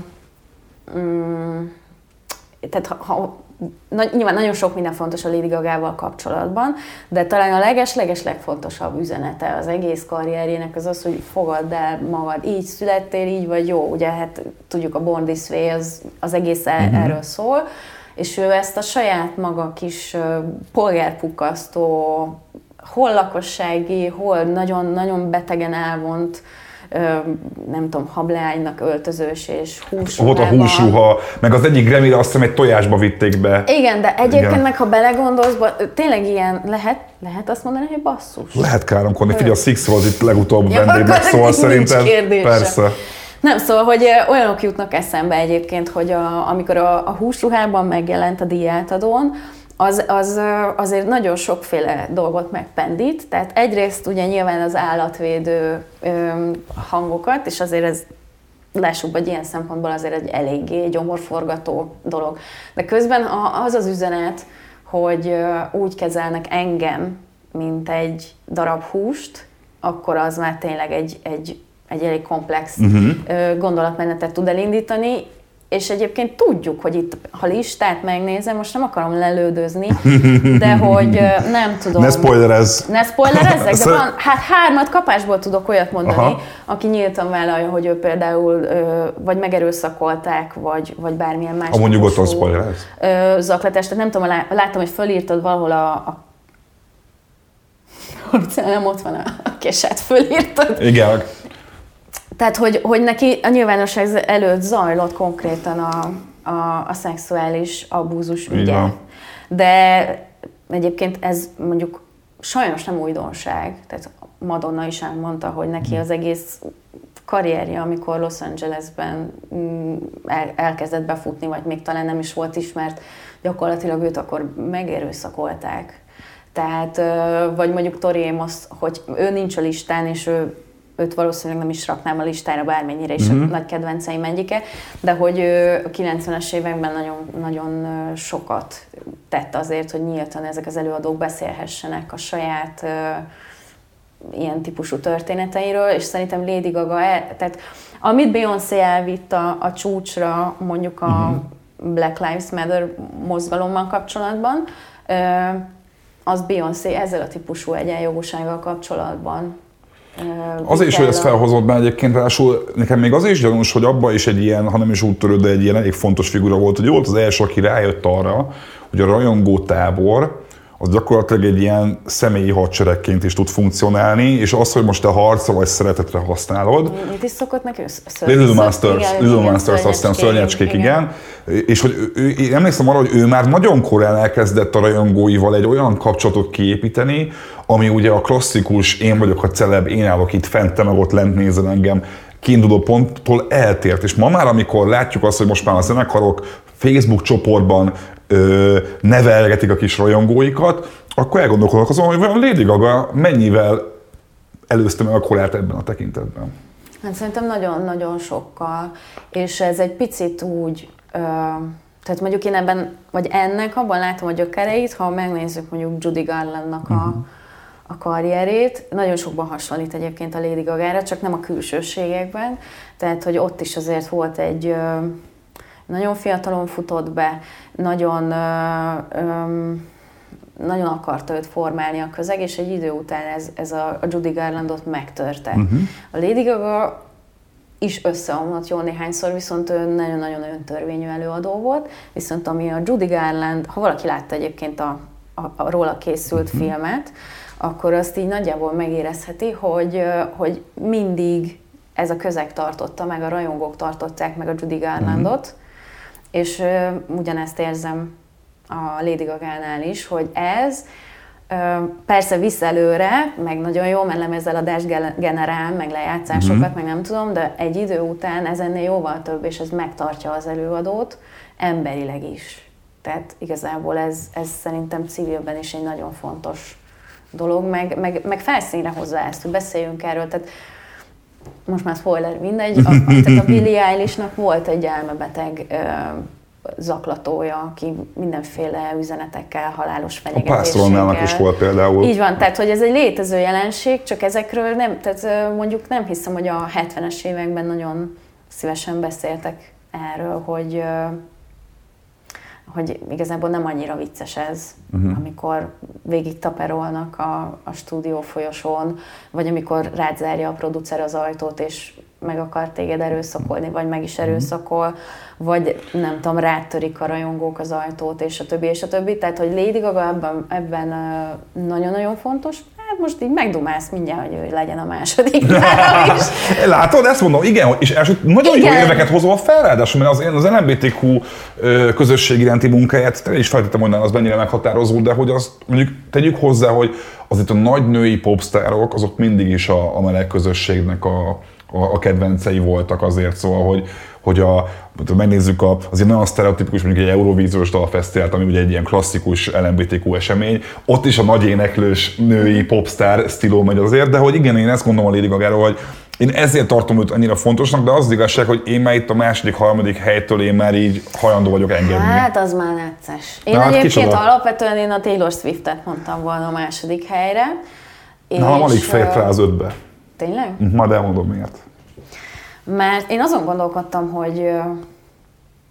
um, tehát ha, ha Na, nyilván nagyon sok minden fontos a Lady Gagával kapcsolatban, de talán a leges-leges legfontosabb üzenete az egész karrierjének az az, hogy fogadd el magad, így születtél, így vagy jó. Ugye hát tudjuk, a Born This Way az, az egész el, mm-hmm. erről szól, és ő ezt a saját maga kis polgárpukkasztó, hol lakossági, hol nagyon-nagyon betegen elvont, nem tudom, hableánynak öltözős és húsruhában. Volt a húsruha, meg az egyik Grammy-re azt hiszem egy tojásba vitték be. Igen, de egyébként igen. meg ha belegondolsz, tényleg ilyen lehet, lehet azt mondani, hogy basszus. Lehet káromkodni, figyelj, a Six volt itt legutóbb ja, vendégnek, szóval szerintem persze. Nem, szóval, hogy olyanok jutnak eszembe egyébként, hogy a, amikor a, a húsruhában megjelent a díjátadón, Az, az azért nagyon sokféle dolgot megpendít, tehát egyrészt ugye nyilván az állatvédő hangokat, és azért ez lássuk, hogy ilyen szempontból azért egy eléggé gyomorforgató dolog. De közben az az üzenet, hogy úgy kezelnek engem, mint egy darab húst, akkor az már tényleg egy, egy, egy elég komplex uh-huh. gondolatmenetet tud elindítani, és egyébként tudjuk, hogy itt, ha listát megnézem, most nem akarom lelődözni, de hogy nem tudom. Ne spoilerezz. Ne spoilerezzek, de van, hát hármat kapásból tudok olyat mondani, aha, aki nyíltan vállalja, hogy ő például vagy megerőszakolták, vagy, vagy bármilyen más. Amúgy nyugodtan spoilerezz. Zaklatás, tehát nem tudom, láttam, hogy fölírtad valahol a, a nem ott van a keset, fölírtad. Igen. Tehát, hogy, hogy neki a nyilvánosság előtt zajlott konkrétan a, a, a szexuális abúzus ügye. Igen. De egyébként ez mondjuk sajnos nem újdonság. Tehát Madonna is elmondta, hogy neki az egész karrierje, amikor Los Angelesben el, elkezdett befutni, vagy még talán nem is volt ismert, gyakorlatilag őt akkor megerőszakolták. Tehát, vagy mondjuk Tori Amos, hogy ő nincs a listán, és ő, őt valószínűleg nem is raknám a listára, bármennyire is mm-hmm. a nagy kedvenceim egyike, de hogy ő a kilencvenes években nagyon, nagyon sokat tett azért, hogy nyíltan ezek az előadók beszélhessenek a saját uh, ilyen típusú történeteiről, és szerintem Lady Gaga, el, tehát amit Beyoncé elvitt a, a csúcsra, mondjuk a mm-hmm. Black Lives Matter mozgalommal kapcsolatban, uh, az Beyoncé ezzel a típusú egyenjogúsággal kapcsolatban. Uh, azért is, hogy ezt felhozott be egyébként, ráadásul nekem még az is gyanús, hogy abban is egy ilyen, ha nem is úttörő, de egy ilyen elég fontos figura volt, hogy volt az első, aki rájött arra, hogy a rajongó tábor az gyakorlatilag egy ilyen személyi hadseregként is tud funkcionálni, és az, hogy most te harca vagy szeretetre használod. Mit is szokott neki? Little Masters, Little Masters, azt hiszem, szörnyecskék, igen. igen. És hogy ő, ő, én emlékszem arra, hogy ő már nagyon korán elkezdett a rajongóival egy olyan kapcsolatot kiépíteni, ami ugye a klasszikus én vagyok a celeb, én állok itt fent, te meg ott lent nézel engem kiinduló ponttól eltért. És ma már, amikor látjuk azt, hogy most már a zenekarok Facebook csoportban ö, nevelgetik a kis rajongóikat, akkor elgondolkodok azon, hogy vajon Lady Gaga mennyivel előzte meg a korát ebben a tekintetben. Hát szerintem nagyon-nagyon sokkal, és ez egy picit úgy, ö, tehát mondjuk én ebben, vagy ennek abban látom a gyökereit, ha megnézzük mondjuk Judy Garlandnak a, uh-huh. a karrierét, nagyon sokban hasonlít egyébként a Lady Gagára, csak nem a külsőségekben, tehát hogy ott is azért volt egy ö, nagyon fiatalon futott be, nagyon, ö, ö, nagyon akarta őt formálni a közeg, és egy idő után ez, ez a, a Judy Garlandot megtörte. Uh-huh. A Lady Gaga is összeomlott jó néhányszor, viszont ő nagyon-nagyon öntörvényű előadó volt, viszont ami a Judy Garland, ha valaki látta egyébként a, a, a róla készült uh-huh. filmet, akkor azt így nagyjából megérezheti, hogy, hogy mindig ez a közeg tartotta, meg a rajongók tartották meg a Judy Garlandot, uh-huh. és uh, ugyanezt érzem a Lady Gagánál is, hogy ez uh, persze visz előre, meg nagyon jó, mert lemezeladást generál, meg lejátszásokat, uh-huh. meg nem tudom, de egy idő után ez ennél jóval több, és ez megtartja az előadót emberileg is. Tehát igazából ez, ez szerintem civilben is egy nagyon fontos dolog, meg, meg, meg felszínre hozza ezt, hogy beszéljünk erről. Tehát most már spoiler, mindegy, a, a, tehát a Billie Eilishnak volt egy elmebeteg ö, zaklatója, aki mindenféle üzenetekkel, halálos fenyegetésekkel. A Pásztornának is volt például. Így van, tehát hogy ez egy létező jelenség, csak ezekről nem, tehát mondjuk nem hiszem, hogy a hetvenes években nagyon szívesen beszéltek erről, hogy hogy igazából nem annyira vicces ez, uh-huh. amikor végig taperolnak a, a stúdió folyosón, vagy amikor rád zárja a producer az ajtót, és meg akar téged erőszakolni, vagy meg is erőszakol, vagy nem tudom, rátörik a rajongók az ajtót, és a többi, és a többi. Tehát, hogy Lady Gaga ebben, ebben nagyon-nagyon fontos. Hát most így megdumálsz mindjárt, hogy ő legyen a második is. Látod, ezt mondom, igen, és első nagyon igen. jó érveket hozol fel, ráadásul, mert az, az el em bé té kú közösség iránti munkáját, te is feltettem, hogy az mennyire meghatározó, de hogy azt mondjuk tegyük hozzá, hogy azért a nagy női popstárok, azok mindig is a, a meleg közösségnek a, a, a kedvencei voltak azért, szóval, hogy hogy a, megnézzük a, azért nagyon sztereotipikus, mondjuk egy Eurovíziós dalfesztivált, ami ugye egy ilyen klasszikus el em bé té kú esemény, ott is a nagy éneklős női popstar stíló megy azért, de hogy igen, én ezt gondolom a Lady Gagáról, hogy én ezért tartom őt annyira fontosnak, de az igazság, hogy én már itt a második, harmadik helytől én már így hajlandó vagyok engedni. Hát az már necces. Én hát egyébként kicsoda? Alapvetően én a Taylor Swiftet mondtam volna a második helyre. Na, alig fejt rá az ötbe. Tényleg? Majd elmondom miért. Mert én azon gondolkodtam, hogy,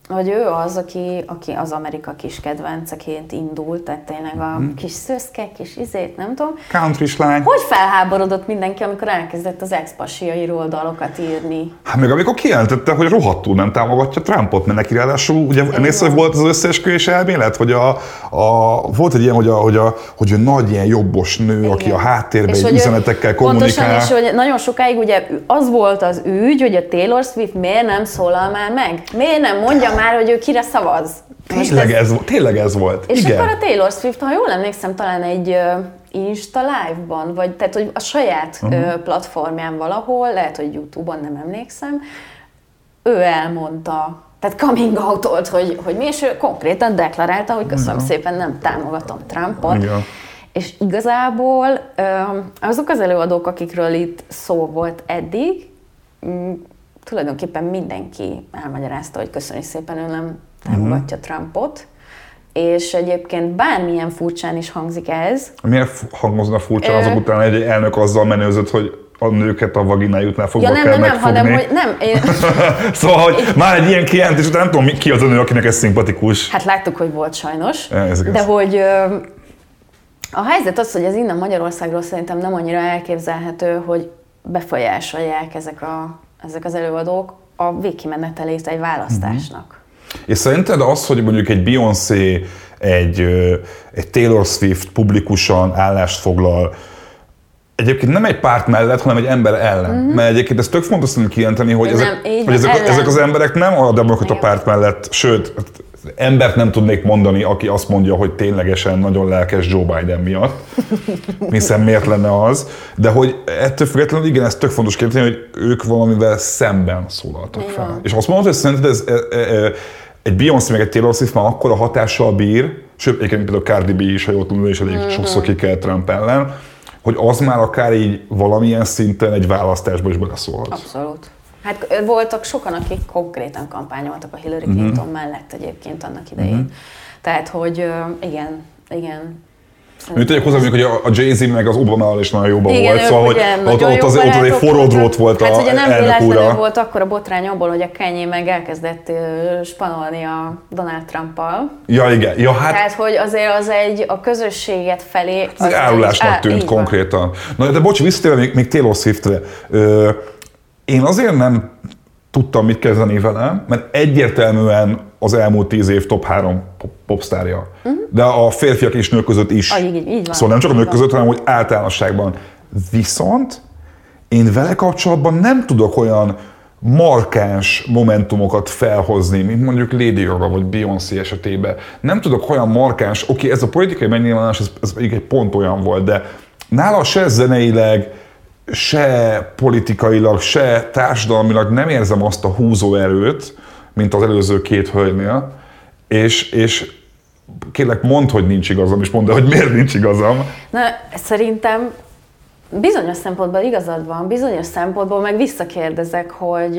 hogy ő az, aki, aki az Amerika kis kedvenceként indult, tehát tényleg a mm. kis szőszke, kis izét, nem tudom. Country-s lány. Hogy felháborodott mindenki, amikor elkezdett az ex-pasiairól dalokat írni? Hát még amikor kijelentette, hogy rohadtul nem támogatja Trumpot, mert neki ráadásul, ugye emlékszel, hogy volt az összeesküvés elmélet, hogy a, a, volt egy ilyen, hogy, a, hogy, a, hogy a nagy ilyen jobbos nő, igen. aki a háttérben egy üzenetekkel kommunikál. Pontosan, és hogy nagyon sokáig ugye az volt az ügy, hogy a Taylor Swift miért nem szólal már meg? Miért nem mondja már, hogy ő kire szavaz? Tényleg ez, ez, tényleg ez volt. És igen. akkor a Taylor Swift, ha jól emlékszem, talán egy uh, Insta Live-ban, vagy tehát, hogy a saját uh-huh. uh, platformján valahol, lehet, hogy YouTube-on, nem emlékszem, ő elmondta, tehát coming out-olt, hogy, hogy mi, és ő konkrétan deklarálta, hogy köszönöm ja. szépen, nem támogatom Trumpot. Ja. És igazából uh, azok az előadók, akikről itt szó volt eddig, um, tulajdonképpen mindenki elmagyarázta, hogy köszönjük szépen, ő nem támogatja uh-huh. Trumpot, és egyébként bármilyen furcsán is hangzik ez. Miért hangozna furcsán azok után egy elnök azzal menőzött, hogy a nőket a vaginájuknál fogva ja, nem, kell nem, megfogni? hanem, hogy nem. Én... szóval, hogy én... már egy ilyen kijelentés után nem tudom, ki az a nő, akinek ez szimpatikus. Hát láttuk, hogy volt sajnos, ez de hogy a helyzet az, hogy ez innen Magyarországról szerintem nem annyira elképzelhető, hogy befolyásolják ezek, a, ezek az előadók a végkimenetelét egy választásnak. Uh-huh. És szerinted az, hogy mondjuk egy Beyoncé, egy, egy Taylor Swift publikusan állást foglal, egyébként nem egy párt mellett, hanem egy ember ellen. Uh-huh. Mert egyébként ez tök fontos szerintem kijelenteni, hogy, ezek, nem, hogy ezek, ezek az emberek nem a demokrata párt mellett, sőt, embert nem tudnék mondani, aki azt mondja, hogy ténylegesen nagyon lelkes Joe Biden miatt, hiszen miért lenne az, de hogy ettől függetlenül igen, ez tök fontos kérdeni, hogy ők valamivel szemben szólaltak igen. fel. És azt mondod, hogy szerinted ez, e, e, egy Beyoncé meg egy Taylor Swift már akkora hatással bír, sőt, egyébként például Cardi B is, ha jól tudom, és elég mm-hmm. sokszor kikelt Trump ellen, hogy az már akár így valamilyen szinten egy választásba is beleszólhat. Abszolút. Hát voltak sokan, akik konkrétan kampányoltak a Hillary Clinton uh-huh. mellett egyébként annak idején. Uh-huh. Tehát, hogy igen, igen. Úgy tegyek hozzá, hogy a Jay-Z meg az Obama-val is nagyon jóban igen, volt, szóval hogy ott, ott, az, ott az egy forró drót volt a elnök úrra. Hát ugye nem véletlenül volt akkor a botrány abból, hogy a Kanye meg elkezdett spanolni a Donald Trump-al. Ja, igen. Ja, hát... Tehát, hogy azért az egy a közösséget felé... Az, az árulásnak tűnt á, konkrétan. Na, de bocs, visszatérve még, még Taylor Swiftre. Ö, Én azért nem tudtam mit kezdeni vele, mert egyértelműen az elmúlt tíz év top három popsztárja. Uh-huh. De a férfiak és nők között is. Ah, így, így van. Szóval nem csak a nők között, hanem hogy általánosságban. Viszont én vele kapcsolatban nem tudok olyan markáns momentumokat felhozni, mint mondjuk Lady Gaga vagy Beyoncé esetében. Nem tudok olyan markáns, oké, okay, ez a politikai megnyilvánulás, ez, ez egy pont olyan volt, de nála se zeneileg, se politikailag, se társadalmilag nem érzem azt a húzóerőt, mint az előző két hölgynél, és, és kérlek, mondd, hogy nincs igazam, és mondd el, hogy miért nincs igazam. Na, szerintem bizonyos szempontból igazad van, bizonyos szempontból meg visszakérdezek, hogy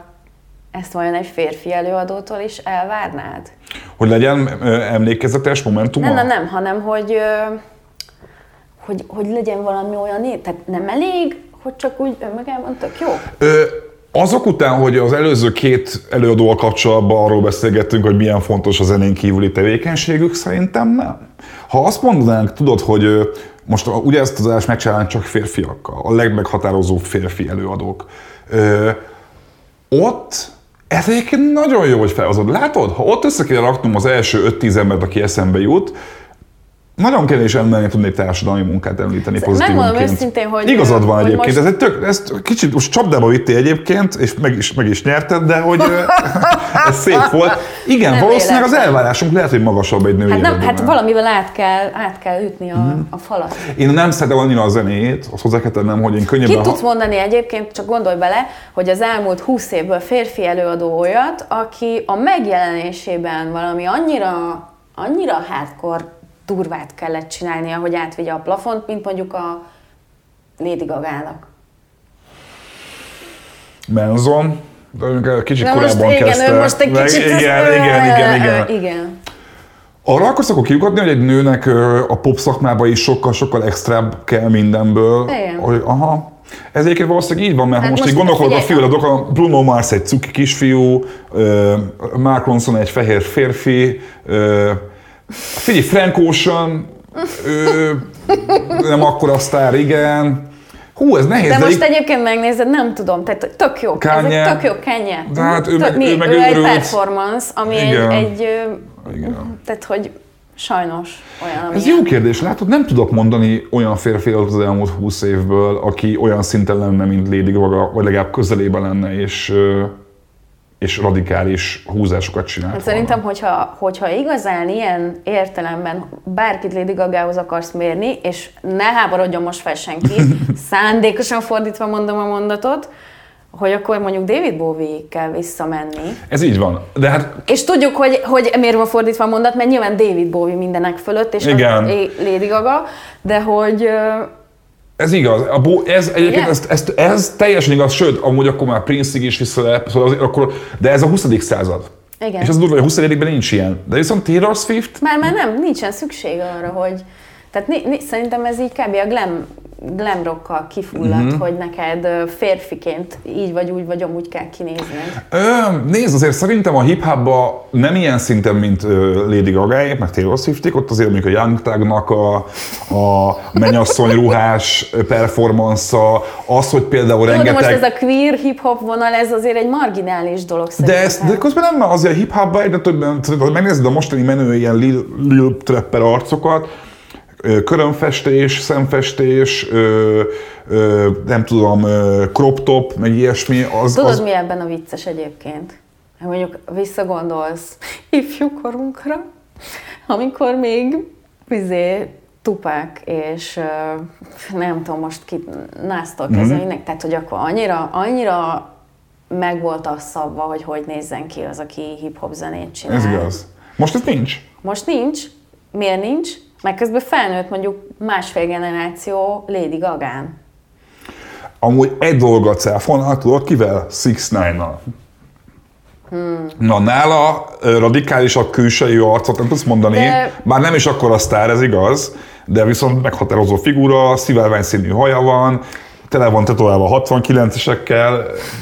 ezt vajon egy férfi előadótól is elvárnád? Hogy legyen emlékezetes momentuma? Nem, nem, nem, hanem hogy... Hogy, hogy legyen valami olyan, tehát nem elég, hogy csak úgy önmagában tök jó? Ö, azok után, hogy az előző két előadóval kapcsolatban arról beszélgettünk, hogy milyen fontos a zenén kívüli tevékenységük, szerintem nem. Ha azt mondanánk, tudod, hogy most ugye ezt az adást megcsinálnánk csak férfiakkal, a legmeghatározóbb férfi előadók. Ö, ott ez egyébként nagyon jó, hogy felhozod. Látod, ha ott össze kell raknunk az első öt-tíz embert, aki eszembe jut, nagyon kevés embernél tudnék társadalmi munkát említeni pozitívunként. Megmondom őszintén, hogy... Igazad van egyébként, most... ez egy tök, ezt kicsit most csapdába vittél egyébként, és meg is, meg is nyerted, de hogy ez szép volt. Igen, nem valószínűleg véletlen. Az elvárásunk lehet, hogy magasabb egy női hát, nem, hát valamivel át kell, át kell ütni a, mm. a falat. Én nem szeretem annyira a zenét, azt hozzá kell tennem, hogy én könnyebben... Ki tudsz mondani egyébként, csak gondolj bele, hogy az elmúlt húsz évből férfi előadó olyat, aki a megjelenésében valami annyira, annyira hardcore durvát kellett csinálnia, hogy átvigye a plafont, mint mondjuk a Lady Gagának. Menzon, de kicsit Na korábban most, kezdte. Igen, most egy kicsit... Igen, igen, igen, igen, igen. Arra akarsz akkor kiukadni, hogy egy nőnek a pop szakmában is sokkal-sokkal extrább kell mindenből. Igen. Hogy, aha. Ez egyébként valószínűleg így van, mert Hát most, most így gondolkodok a figyelj, fiúradok, a Bruno Mars egy cuki kisfiú, Mark Ronson egy fehér férfi, figyelj, Frank Ocean, nem akkora sztár, igen. Hú, ez nehéz. De, de most így... egyébként megnézed, nem tudom, tehát tök jó. Kanye. Ez egy tök jó Kanye. De hát ő Tök, meg, mi? ő meg ő egy őrült. performance, ami Igen. egy, egy Igen. tehát hogy sajnos olyan, ami Ez jó kérdés, látod, nem tudok mondani olyan férfi az elmúlt húsz évből, aki olyan szinten lenne, mint Lady Gaga, vagy legalább közelében lenne, és, és radikális húzásokat csinált Hát volna. szerintem, hogyha, hogyha igazán ilyen értelemben bárkit Lady Gagához akarsz mérni, és ne háborodjon most fel senki, szándékosan fordítva mondom a mondatot, hogy akkor mondjuk David Bowie-ig kell visszamenni. Ez így van, de hát... És tudjuk, hogy, hogy miért van fordítva a mondat, mert nyilván David Bowie mindenek fölött, és Igen. az Lady Gaga, de hogy... Ez igaz, a Bo- ez egyébként Igen? ez, ez, ez teljesen igaz, sőt, amúgy akkor már Prince-ig is vissza, szóval azért, akkor, de ez a huszadik század. Igen. És az durva, hogy a huszadikben nincs ilyen. De viszont Taylor Swift... Már, már nem, nincsen szükség arra, hogy... Tehát ni, ni, szerintem ez így kb. A glam, glam rockkal kifulladt, uh-huh. hogy neked férfiként így vagy úgy vagy amúgy kell kinézned. Ö, nézd, azért szerintem a hip-hopban nem ilyen szinten, mint Lady Gaga-é, meg Taylor Swifték, ott azért mondjuk a Young Thugnak a, a mennyasszony ruhás performance-a, az, hogy például Jó, rengeteg... de most ez a queer hip-hop vonal, ez azért egy marginális dolog szerintem. De, ez, de közben nem, azért a hip-hopban egyre többen, ha megnézed a mostani menő ilyen lil, lil trapper arcokat, körömfestés, szemfestés, ö, ö, nem tudom, ö, crop top, meg ilyesmi. Az, Tudod, az... mi ebben a vicces egyébként? Mondjuk visszagondolsz ifjú korunkra, amikor még vizé Tupák és nem tudom most ki, násztól kezdve Mhm. mindenki, tehát hogy akkor annyira, annyira meg volt az szabva, hogy hogy nézzen ki az, aki hip-hop zenét csinál. Ez igaz. Most ez nincs. Most nincs. Miért nincs? Meg közben felnőtt mondjuk másfél generáció Lady Gagán. Amúgy egy dolgot cáfolnál, tudod kivel? six nine-nal. Hmm. Na, nála ö, radikálisabb külsejű arcot nem tudsz mondani, De- bár nem is akkora sztár, ez igaz, de viszont meghatározó figura, szivárvány színű haja van, tele van tetoválva hatvankilencesekkel,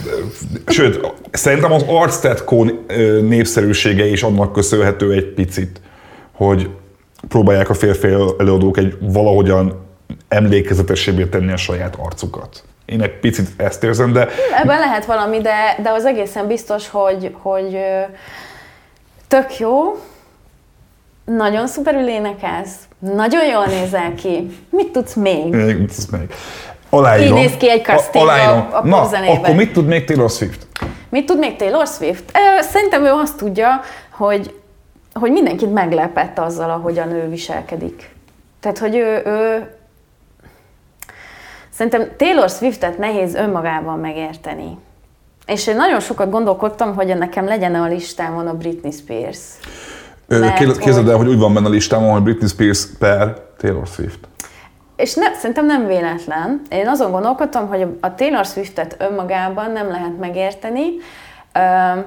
sőt, szerintem az arctetkó népszerűsége is annak köszönhető egy picit, hogy próbálják a férfi előadók egy valahogyan emlékezetesebbé tenni a saját arcukat. Én egy picit ezt érzem, de... Ebben lehet valami, de, de az egészen biztos, hogy, hogy ö, tök jó, nagyon szuperül énekelsz, nagyon jól nézel ki. Mit tudsz még? Még, mit tudsz még? Aláírom. Így néz ki egy casting Aláírom. a- a Na, popzenében. akkor mit tud még Taylor Swift? Mit tud még Taylor Swift? Ö, Szerintem ő azt tudja, hogy, hogy mindenkit meglepett azzal, ahogyan ő viselkedik. Tehát, hogy ő, ő... Szerintem Taylor Swiftet nehéz önmagában megérteni. És én nagyon sokat gondolkodtam, hogy nekem legyen a listámon a Britney Spears. Mert Kérd- Képzeld el, hogy- hogy úgy van benne a listámon, hogy Britney Spears per Taylor Swift. És ne, szerintem nem véletlen. Én azon gondolkodtam, hogy a Taylor Swiftet önmagában nem lehet megérteni, Ö,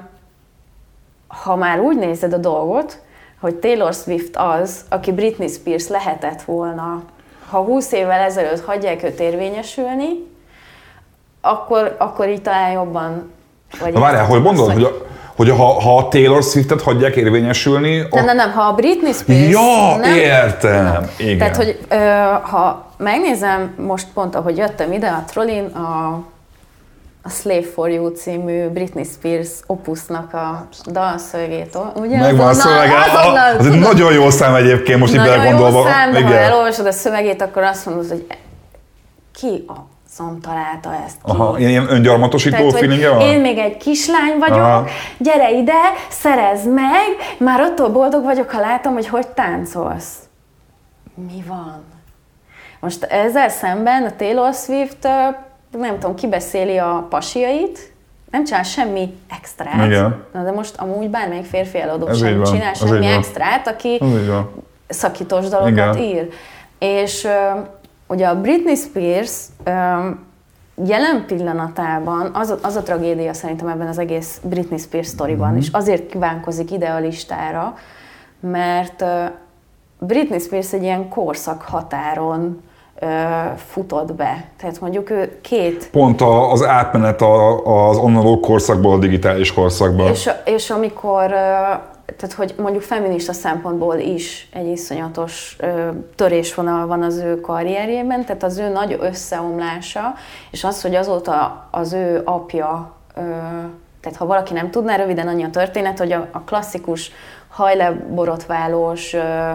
ha már úgy nézed a dolgot, hogy Taylor Swift az, aki Britney Spears lehetett volna, ha húsz évvel ezelőtt hagyják őt érvényesülni, akkor, akkor így talán jobban... Vagy Na várjál, érted hogy azt, mondod, hogy, a, hogy ha, ha a Taylor Swiftet hagyják érvényesülni... Nem, nem, nem, ha a Britney Spears... Ja, nem, értem, igen. Tehát, hogy ö, ha megnézem most pont, ahogy jöttem ide a trollin, a, a Slave for You című Britney Spears opusznak a dalszövegét, ugye? Megvan a szövege. azonnal, Az egy tudod, nagyon jó szám egyébként, most így nagyon belegondolva. jó szám, de ha Igen. elolvasod a szövegét, akkor azt mondod, hogy ki a szom találta ezt ki? Aha, ilyen, ilyen öngyarmatosító Tehát, hogy feelingje van? én még egy kislány vagyok, Aha. gyere ide, szerezd meg, már attól boldog vagyok, ha látom, hogy hogy táncolsz. Mi van? Most ezzel szemben a Taylor Swift, ö, nem tudom, kibeszéli a pasiait, nem csinál semmi extrát. Igen. Na de most amúgy bármelyik férfi eladó Ez így sem van, csinál ez semmi így van. extrát, aki Az így van. szakítós dalokat Igen. ír. És ö, ugye a Britney Spears ö, jelen pillanatában az, a- az a tragédia szerintem ebben az egész Britney Spears sztoriban, Mhm. és azért kívánkozik ide a listára, mert ö, Britney Spears egy ilyen korszak határon futott be. Tehát mondjuk ő két... Pont az átmenet az analóg korszakból a digitális korszakba. És, és amikor, tehát hogy mondjuk feminista szempontból is egy iszonyatos törésvonal van az ő karrierjében, tehát az ő nagy összeomlása, és az, hogy azóta az ő apja, tehát ha valaki nem tudná, röviden annyi a történet, hogy a, a klasszikus hajleborotválós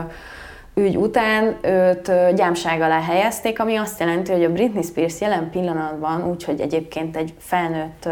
ügy után őt gyámság alá helyezték, ami azt jelenti, hogy a Britney Spears jelen pillanatban, úgyhogy egyébként egy felnőtt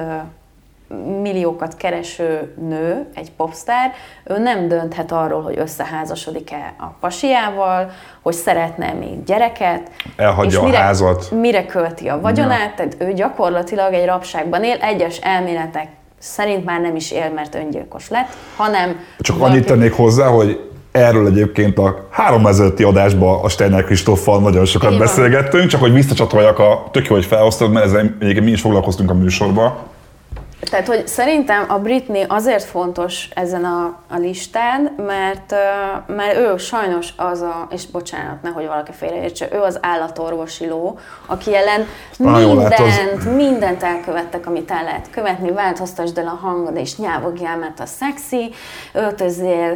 milliókat kereső nő, egy popstar, ő nem dönthet arról, hogy összeházasodik-e a pasiával, hogy szeretne még gyereket. Elhagyja és mire, a házat. Mire költi a vagyonát, ja. Tehát ő gyakorlatilag egy rabságban él, egyes elméletek szerint már nem is él, mert öngyilkos lett, hanem... Csak valaki... annyit tennék hozzá, hogy erről egyébként a három ezelőtti adásban a Steiner Kristóffal nagyon sokat Én beszélgettünk, van. Csak hogy visszacsatoljak a tök jó, hogy felhoztad, mert ezzel egyébként mi is foglalkoztunk a műsorban. Tehát, hogy szerintem a Britney azért fontos ezen a, a listán, mert, mert ő sajnos az a, és bocsánat, nehogy valaki félreértse, ő az állatorvosi ló, aki jelen mindent, mindent elkövettek, amit el lehet követni, változtasd el a hangod és nyávogjál, mert a szexi, öltözél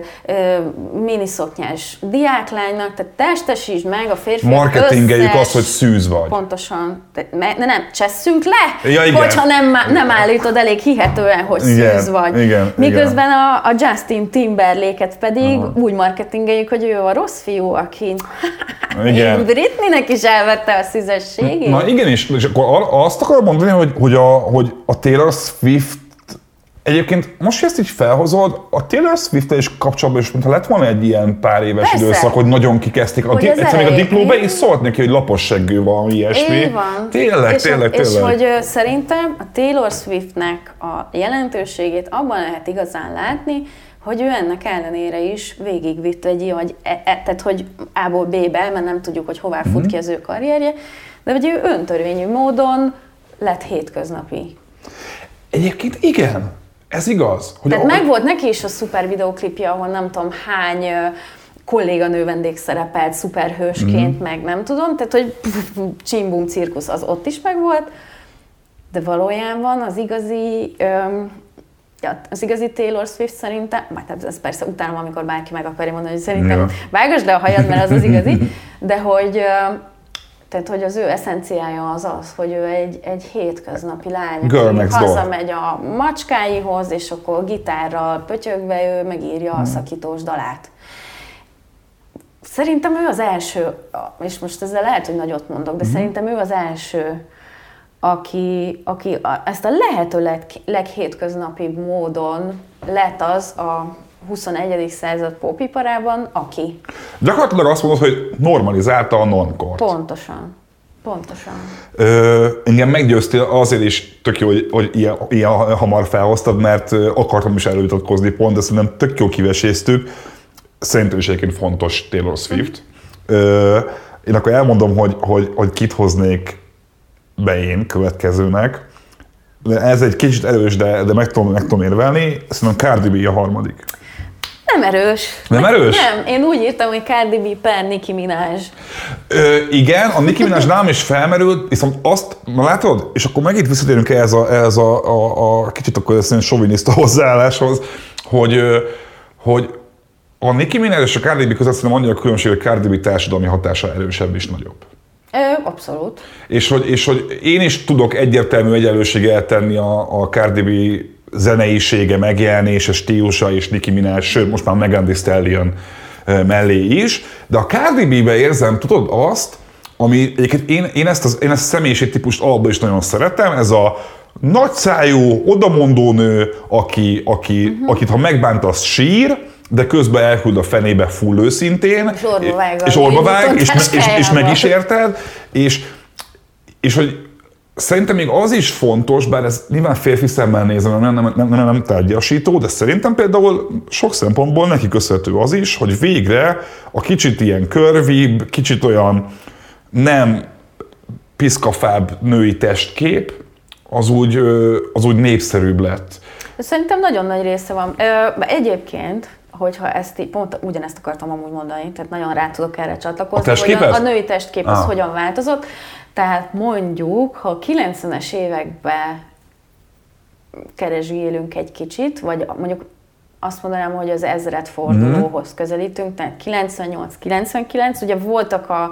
miniszoknyás diáklánynak, tehát testesítsd meg a férfiak marketingeljük azt, hogy szűz vagy. Pontosan. De, de nem, csesszünk le, ja, hogyha nem, nem állítod elég hihetően, hogy igen, szűz vagy. Igen, Miközben igen. A, a Justin Timberlake-et pedig aha. úgy marketingeljük, hogy ő a rossz fiú, aki igen. Britneynek is elvette a szüzességét. Na igen, és, és akkor azt akarom mondani, hogy, hogy, a, hogy a Taylor Swift egyébként most, hogy ezt így felhozod, a Taylor Swift-tel is kapcsolatban is, mintha lett volna egy ilyen pár éves persze. időszak, hogy nagyon kikezdték. Egyszerűen még a diplóba is szólt neki, hogy lapos seggő valami ilyesmi. Így van. Tényleg, és tényleg, a, tényleg. És hogy uh, szerintem a Taylor Swiftnek a jelentőségét abban lehet igazán látni, hogy ő ennek ellenére is végigvitt egy, vagy e, e, tehát hogy A-ból B-be, mert nem tudjuk, hogy hová fut mm-hmm. ki az ő karrierje, de hogy ő öntörvényű módon lett hétköznapi. Egyébként igen. Ez igaz. Hogy Tehát a... meg volt neki is a szuper videóklipje, ahol nem tudom hány kolléganő vendég szerepelt szuperhősként, mm-hmm. meg nem tudom, tehát hogy csimbum cirkusz az ott is megvolt, de valójában az igazi, öm, ja, az igazi Taylor Swift szerintem, majd ez persze utálom, amikor bárki meg akarja mondani, hogy szerintem ja. vágasd le a hajad, mert az az igazi, de hogy Tehát, hogy az ő eszenciája az az, hogy ő egy, egy hétköznapi lány, aki hazamegy a macskáihoz, és akkor gitárral pötyögve ő megírja hmm. a szakítós dalát. Szerintem ő az első, és most ezzel lehet, hogy nagyot mondok, de hmm. szerintem ő az első, aki, aki ezt a lehető leg, leghétköznapibb módon lett az a huszonegyedik század popiparában, aki. Gyakorlatilag azt mondod, hogy normalizálta a non-kort. Pontosan. Pontosan. Ö, engem meggyőztél azért is tök jó, hogy, hogy ilyen, ilyen hamar felhoztad, mert akartam is elővitatkozni pont, de szerintem tök jó kiveséztük. Szerintem is egyébként fontos Taylor Swift. Ö, én akkor elmondom, hogy, hogy, hogy kit hoznék be én következőnek. Ez egy kicsit erős, de, de meg, tudom, meg tudom érvelni. Szerintem Cardi B a harmadik. Nem erős. Nem erős? Nem, én úgy írtam, hogy Cardi B per Nicki Minaj. Ö, igen, a Nicki Minaj nálam is felmerült, viszont azt, na látod, és akkor megint visszatérünk ehhez a, ehhez a, a, a kicsit akkor ezt soviniszta hozzáálláshoz, hogy, hogy a Nicki Minaj és a Cardi B között szerintem annyi a különbség, hogy Cardi B társadalmi hatása erősebb és nagyobb. Ö, abszolút. És hogy, és hogy én is tudok egyértelmű egyenlőséget tenni a, a Cardi B zeneisége, megjelenése, stílusa és Nicki Minaj, sőt most már Megan Thee Stallion mellé is, de a Cardi B-be érzem, tudod azt, ami egyébként én, én ezt az, én ezt a személyiségtípust alapban is nagyon szeretem, ez a nagyszájú, odamondó nő, aki, aki, uh-huh. akit ha megbántasz sír, de közben elküld a fenébe full őszintén, és orba vág, és, orba vág, és, és, és, és meg is érted, és, és hogy szerintem még az is fontos, bár ez nyilván férfi szemmel nézem, nem, nem, nem, nem, nem tárgyasító, de szerintem például sok szempontból neki köszönhető az is, hogy végre a kicsit ilyen körvibb, kicsit olyan nem piszkafább női testkép, az úgy, az úgy népszerűbb lett. Szerintem nagyon nagy része van. Egyébként, hogyha ezt így, pont ugyanezt akartam amúgy mondani, tehát nagyon rá tudok erre csatlakozni, a hogy a, a női testkép az ah. hogyan változott. Tehát mondjuk, ha a kilencvenes években keresgélünk egy kicsit, vagy mondjuk azt mondanám, hogy az ezredfordulóhoz közelítünk, tehát kilencvennyolc kilencvenkilenc, ugye voltak a,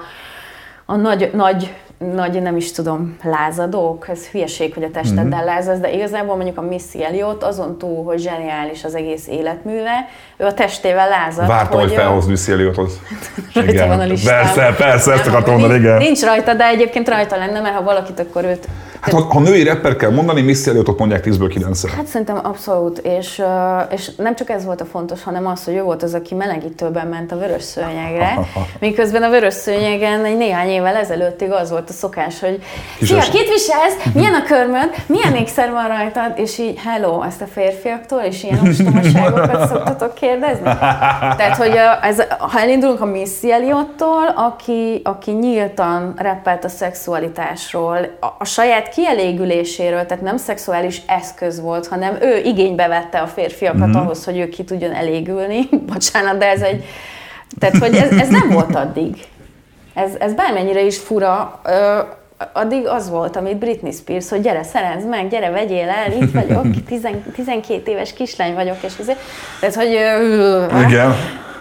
a nagy, nagy, nagy, nem is tudom, lázadók, ez hülyeség, hogy a testeddel mm-hmm. lázasz, de igazából mondjuk a Missy Elliott azon túl, hogy zseniális az egész életműve, ő a testével lázadt. Vártam, hogy, hogy felhoz Missy Elliottot. Rajta van a listán. Persze, persze, ezt akartam mondani, igen. Nincs rajta, de egyébként rajta lenne, mert ha valakit, akkor őt... Hát ha, ha női rapper kell mondani, Missy Elliottot mondják tízből kilencszer. Hát szerintem abszolút, és, és nem csak ez volt a fontos, hanem az, hogy ő volt az, aki melegítőben ment a vörös szőnyegre, miközben a vörös szőnyegen egy néhány évvel ezelőttig az volt a szokás, hogy szia, kit viselsz? Milyen a körmöd? Milyen ékszer van rajtad? És így, hello, ezt a férfiaktól, és ilyen ostomaságokat szoktatok kérdezni? Tehát, hogy ez, ha elindulunk a Missy Elliottól, aki, aki nyíltan rappelt a szexualitásról, a, a saját kielégüléséről, tehát nem szexuális eszköz volt, hanem ő igénybe vette a férfiakat mm-hmm. ahhoz, hogy ő ki tudjon elégülni. Bocsánat, de ez egy... Tehát, hogy ez, ez nem volt addig. Ez, ez bármennyire is fura, ö, addig az volt, amit Britney Spears, hogy gyere, szerezd meg, gyere, vegyél el, itt vagyok, tizen, tizenkét éves kislány vagyok, és azért... Tehát, hogy... Ö, igen.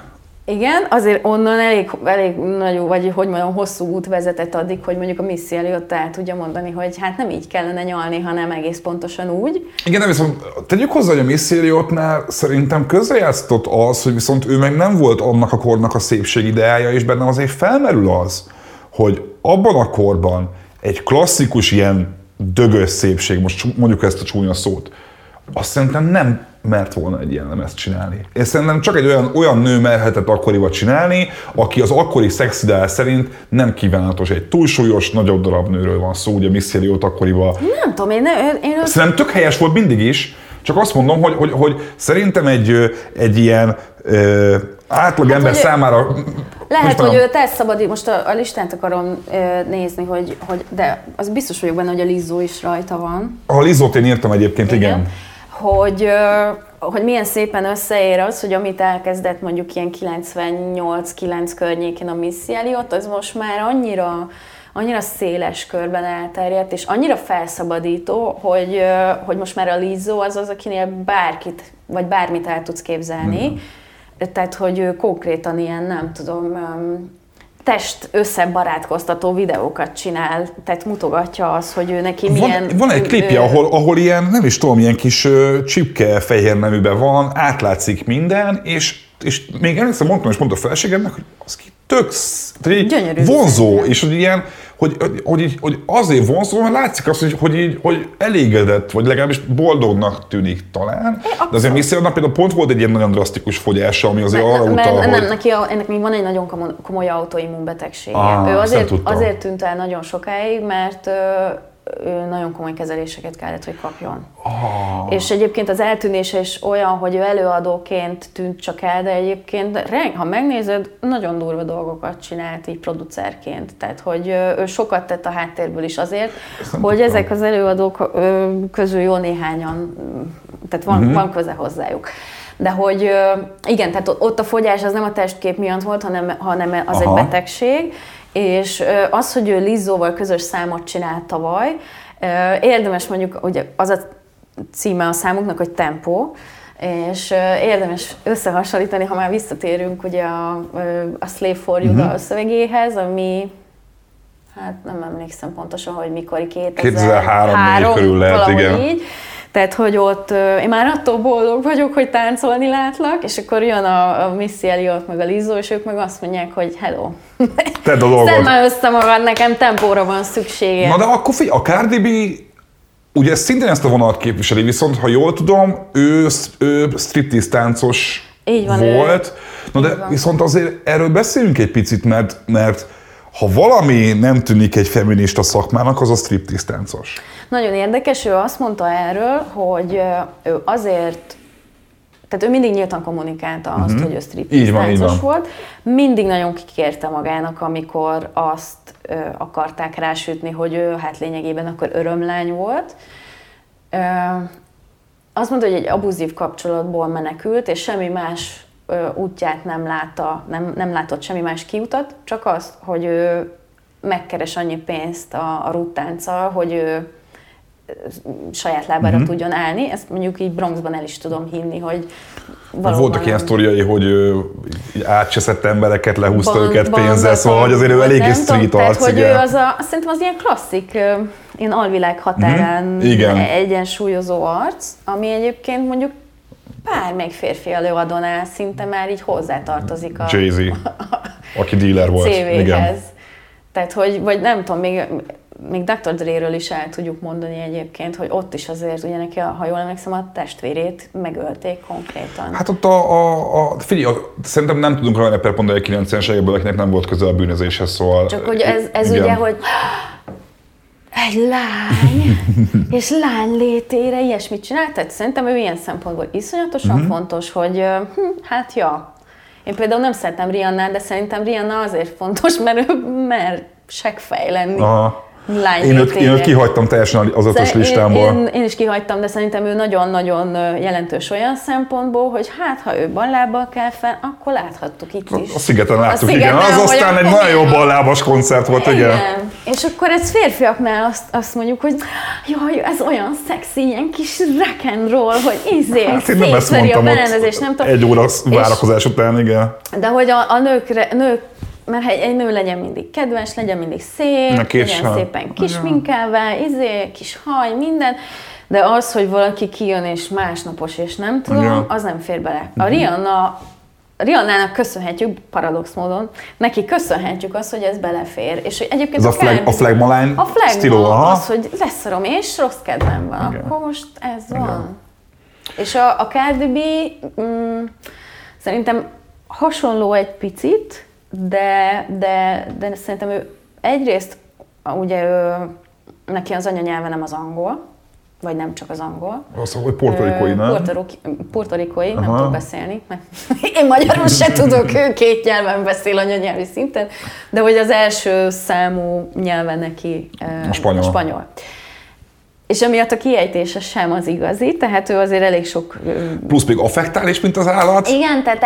Igen, azért onnan elég, elég nagy, vagy hogy mondjam, hosszú út vezetett addig, hogy mondjuk a Missy Elliott el tudja mondani, hogy hát nem így kellene nyalni, hanem egész pontosan úgy. Igen, de viszont tegyük hozzá, hogy a Missy Elliottnál szerintem közrejátszott az, hogy viszont ő meg nem volt annak a kornak a szépség ideája, és bennem azért felmerül az, hogy abban a korban egy klasszikus ilyen dögös szépség, most mondjuk ezt a csúnya szót, azt szerintem nem mert volna egy ilyen lemezt csinálni. Én szerintem csak egy olyan, olyan nő merhetett akkoriban csinálni, aki az akkori szexideál szerint nem kívánatos. Egy túlsúlyos, nagyobb darab nőről van szó, ugye Missy Elliott akkoriban. Nem tudom, én... én, én szerintem tök helyes volt mindig is, csak azt mondom, hogy, hogy, hogy szerintem egy, egy ilyen ö, átlag hát, ember hogy számára... Lehet, hogy őt elszabadít, most a, a listát akarom ö, nézni, hogy, hogy, de az biztos vagyok benne, hogy a Lizzo is rajta van. A Lizzót én írtam egyébként, igen. igen. Hogy, hogy milyen szépen összeér az, hogy amit elkezdett mondjuk ilyen kilencvennyolc kilenc környékén a Missy Elliott, az most már annyira, annyira széles körben elterjedt, és annyira felszabadító, hogy, hogy most már a Lizzo az az, akinél bárkit, vagy bármit el tudsz képzelni. Mm. Tehát, hogy ő konkrétan ilyen, nem tudom, test összebarátkoztató videókat csinál, tehát mutogatja az, hogy ő neki milyen... Van, van egy klipje, ő, ahol, ahol ilyen, nem is tudom, ilyen kis uh, csipke fehér neműben van, átlátszik minden, és, és még emlékszem, mondtam, és mondta a feleségemnek, hogy az ki tök vonzó, és hogy ilyen, hogy, hogy, hogy, hogy azért vonzó, mert látszik azt, hogy, hogy, így, hogy elégedett, vagy legalábbis boldognak tűnik talán. É, de azért Missy Elliott például pont volt egy ilyen nagyon drasztikus fogyása, ami azért arra utal, hogy... Nem, neki a, ennek még van egy nagyon komoly autoimmunbetegsége. Ah, ő azért, azért tűnt el nagyon sokáig, mert ő nagyon komoly kezeléseket kellett, hogy kapjon. Oh. És egyébként az eltűnése is olyan, hogy ő előadóként tűnt csak el, de egyébként, ha megnézed, nagyon durva dolgokat csinált így producerként. Tehát, hogy ő sokat tett a háttérből is azért, hogy ezek az előadók közül jó néhányan, tehát van, uh-huh. van köze hozzájuk. De hogy igen, tehát ott a fogyás az nem a testkép miatt volt, hanem, hanem az Aha. egy betegség. És az, hogy ő Lizzóval közös számot csinált tavaly, érdemes mondjuk, ugye az a címe a számuknak, hogy Tempo, és érdemes összehasonlítani, ha már visszatérünk ugye a, a Slave for You uh-huh. szövegéhez, ami, hát nem emlékszem pontosan, hogy mikor, kétezer-három körül lehet, igen. Így. Tehát, hogy ott én már attól boldog vagyok, hogy táncolni látlak, és akkor jön a, a Missy Elliott meg a Lizzo, és ők meg azt mondják, hogy hello. Tedd a dolgot. Szedd már össze magad, nekem tempóra van szüksége. Na de akkor figyelj, a Cardi B ugye szintén ezt a vonalat képviseli, viszont ha jól tudom, ő, ő striptease táncos így van, volt. Ő. Na de van. Viszont azért erről beszéljünk egy picit, mert, mert ha valami nem tűnik egy feminista szakmának, az a striptease táncos. Nagyon érdekes, ő azt mondta erről, hogy ő azért, tehát ő mindig nyíltan kommunikálta azt, uh-huh. hogy ő striptease táncos volt. Mindig nagyon kikérte magának, amikor azt ö, akarták rásütni, hogy ő hát lényegében akkor örömlány volt. Ö, azt mondta, hogy egy abuzív kapcsolatból menekült, és semmi más útját nem látta, nem, nem látott semmi más kiutat, csak azt, hogy ő megkeres annyi pénzt a, a ruttánccal, hogy ő saját lábára uh-huh. tudjon állni. Ezt mondjuk így Bronxban el is tudom hinni, hogy valóban... Voltak ilyen sztoriai, hogy átcseszett embereket, lehúzta band, őket pénzzel, szóval hogy azért ő eléggé street arc. Tehát, hogy ő az a, szerintem az ilyen klasszik, ilyen alvilág határán uh-huh. egyensúlyozó arc, ami egyébként mondjuk bármelyik férfi előadónál szinte már így hozzátartozik a... Jay-Z, aki dealer volt. cé véhez. Tehát, hogy, vagy nem tudom, még, még doktor Dre-ről is el tudjuk mondani egyébként, hogy ott is azért, ugye neki, ha jól emlékszem, a testvérét megölték konkrétan. Hát ott a, a, a figyelj, a, szerintem nem tudunk olyan rapper mondani a kilencvenes évekből, akinek nem volt köze a bűnözéshez, szóval... Csak hogy ez, ez ugye, hogy egy lány, és lány létére ilyesmit csinál, tehát szerintem ő ilyen szempontból iszonyatosan uh-huh. fontos, hogy hm, hát ja. Én például nem szeretem Rihannát, de szerintem Rihanna azért fontos, mert ő mer seggfej lenni. Aha. Én őt, én őt kihagytam teljesen az ötös listámból. Én, én, én is kihagytam, de szerintem ő nagyon-nagyon jelentős olyan szempontból, hogy hát, ha ő ballábbal kell fel, akkor láthattuk itt is. A Szigeten láttuk, a igen. Szigeten, Az aztán egy nagyon jó ballábas koncert volt, igen. igen. És akkor ez férfiaknál azt, azt mondjuk, hogy jaj, ez olyan szexi, ilyen kis rock and roll, hogy izé, hát szétszeri a berendezés, nem tudom. Egy óra várakozás után, igen. De hogy a, a nőkre, nők, mert egy nő legyen mindig kedves, legyen mindig szép, legyen szépen kisminkelve, izé, kis haj, minden, de az, hogy valaki kijön és másnapos és nem tudom, ja. az nem fér bele. A Rihanna, Rihannának köszönhetjük, paradox módon, neki köszönhetjük azt, hogy ez belefér. És hogy egyébként ez a, flag, a flagma line a flagma az, hogy leszarom és rossz kedvem van, igen. akkor most ez van. Igen. És a, a Cardi B mm, szerintem hasonló egy picit, De, de, de szerintem ő egyrészt, ugye ő, neki az anyanyelve nem az angol, vagy nem csak az angol. Azt mondom, hogy portorikói, nem? Portorikói, nem tudok beszélni. Én magyarul se tudok, ő két nyelven beszél anyanyelvi szinten, de hogy az első számú nyelve neki a spanyol. A spanyol. És emiatt a kiejtése sem az igazi, tehát ő azért elég sok... Plusz még affektál is, mint az állat. Igen, tehát...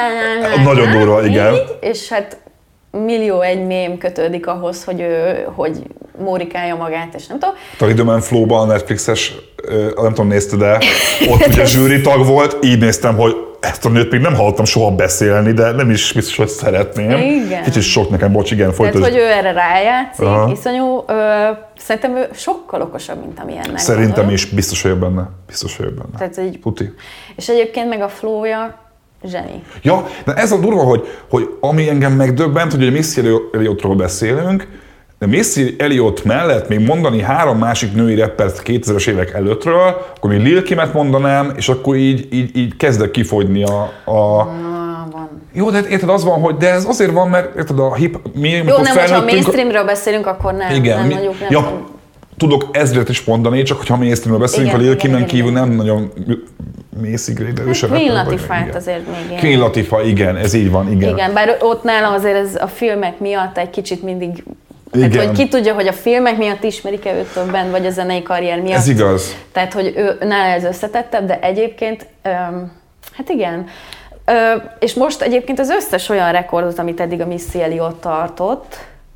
Nagyon durva, igen. Így, és hát millió egy mém kötődik ahhoz, hogy ő, hogy mórikálja magát, és nem tudom. A Rhythm Flow-ban a Netflixes, nem tudom, nézted, de ott ugye zsűri tag volt, így néztem, hogy ezt a nőt még nem hallottam soha beszélni, de nem is biztos, hogy szeretném. Igen. Kicsit sok nekem, bocs, igen, folytasd. Tehát, hogy ő erre rájátszik, aha. iszonyú, ö, szerintem ő sokkal okosabb, mint amilyennek. Szerintem gondolom. Is, biztos vagyok benne. Biztos vagyok benne. Tehát, hogy, Puti. És egyébként meg a flowja, zseni. Ja, de ez a durva, hogy, hogy ami engem megdöbbent, hogy a Missy Elliottról beszélünk, de Missy Elliott mellett még mondani három másik női rappert kétezres évek előttről, akkor még Lil Kimet mondanám, és akkor így, így, így kezdek kifogyni a... a... Na, van. Jó, de érted, az van, hogy de ez azért van, mert érted, a hip... Mi, jó, nem, hogyha a mainstreamről beszélünk, akkor nem. Igen, nem, mi, mondjuk, nem ja, tudok ezret is mondani, csak hogyha mainstreamről beszélünk, igen, a Lil Kimen kívül nem nagyon mészig, de ő sem Queen Latifát azért még. Queen Latifah, igen, ez így van, igen. Igen, bár ott nála azért ez a filmek miatt egy kicsit mindig... Igen. Tehát, hogy ki tudja, hogy a filmek miatt ismerik-e őt többen, vagy a zenei karrier miatt. Ez igaz. Tehát, hogy ő, nála ez összetettebb, de egyébként, öm, hát igen. Ö, és most egyébként az összes olyan rekordot, amit eddig a Missy Elliott tartott,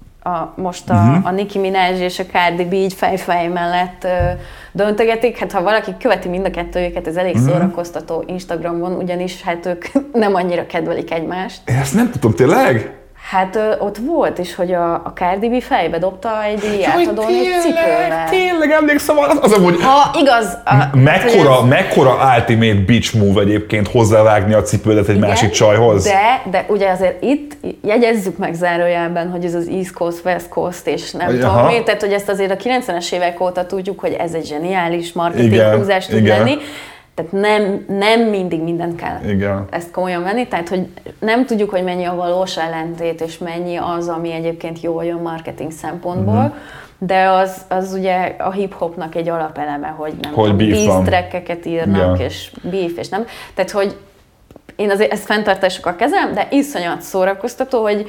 a, most a, uh-huh. a Nicki Minaj és a Cardi B így fej-fej mellett ö, döntögetik. Hát ha valaki követi mind a kettőjüket, ez elég uh-huh. szórakoztató Instagramon, ugyanis hát ők nem annyira kedvelik egymást. Én ezt nem tudom, tényleg? Hát ö, ott volt is, hogy a, a Cardi B fejbe dobta egy díjátadón egy cipővel. Tényleg emlékszem, az, az amúgy... Ha igaz... A, mekkora, ez... mekkora ultimate bitch move egyébként hozzávágni a cipődet egy igen, másik csajhoz? De, de ugye azért itt jegyezzük meg zárójelben, hogy ez az East Coast, West Coast, és nem aha. tudom mi, tehát hogy ezt azért a kilencvenes évek óta tudjuk, hogy ez egy zseniális marketing húzás tud lenni. Tehát nem, nem mindig mindent kell igen. ezt komolyan venni, tehát hogy nem tudjuk, hogy mennyi a valós ellentét, és mennyi az, ami egyébként jól jön marketing szempontból, uh-huh. de az, az ugye a hip-hopnak egy alapeleme, hogy nem hogy tudom, diss-trackeket írnak, yeah. és beef, és nem. Tehát, hogy én azért ezt fenntartásokkal kezelem, de iszonyat szórakoztató, hogy,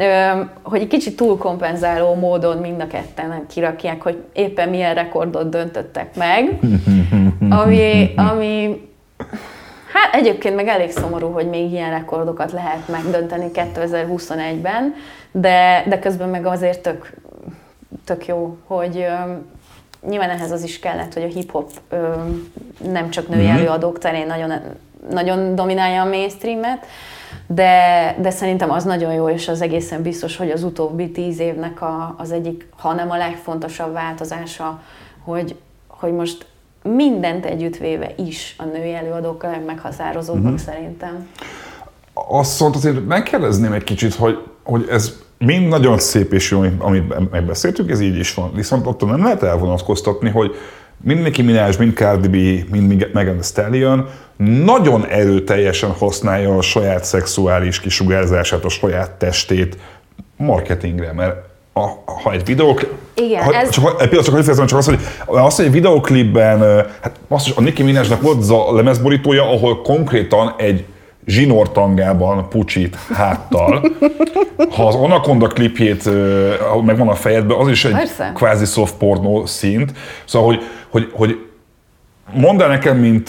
hogy egy kicsit túlkompenzáló módon mind a ketten kirakják, hogy éppen milyen rekordot döntöttek meg, ami, ami Hát egyébként meg elég szomorú, hogy még ilyen rekordokat lehet megdönteni kétezer-huszonegyben, de, de közben meg azért tök, tök jó, hogy ö, nyilván ehhez az is kellett, hogy a hip-hop ö, nem csak női mm-hmm. előadók terén nagyon, nagyon dominálja a mainstreamet, de, de szerintem az nagyon jó, és az egészen biztos, hogy az utóbbi tíz évnek a, az egyik, hanem a legfontosabb változása, hogy, hogy most mindent együttvéve is a női előadók a legmeghatározóbbak uh-huh. szerintem. Azt mondta, azért megkérdezném egy kicsit, hogy, hogy ez mind nagyon szép és jó, amit megbeszéltük, ez így is van. Viszont attól nem lehet elvonatkoztatni, hogy mind Nicki Minaj, mind Cardi B, mind Megan Thee Stallion nagyon erőteljesen használja a saját szexuális kisugárzását, a saját testét marketingre, mert A, ha egy videóklip... Igen, ha, ez... Csak, egy pillanat, csak fejezem, csak azt, hogy azt, hogy egy videóklipben, hát azt is a Nicki Minajnak volt az a lemezborítója, ahol konkrétan egy zsinórtangában pucsít háttal. Ha az Anaconda klipjét megvan a fejedben, az is egy Persze. kvázi soft pornó szint. Szóval, hogy, hogy, hogy mondd el nekem, mint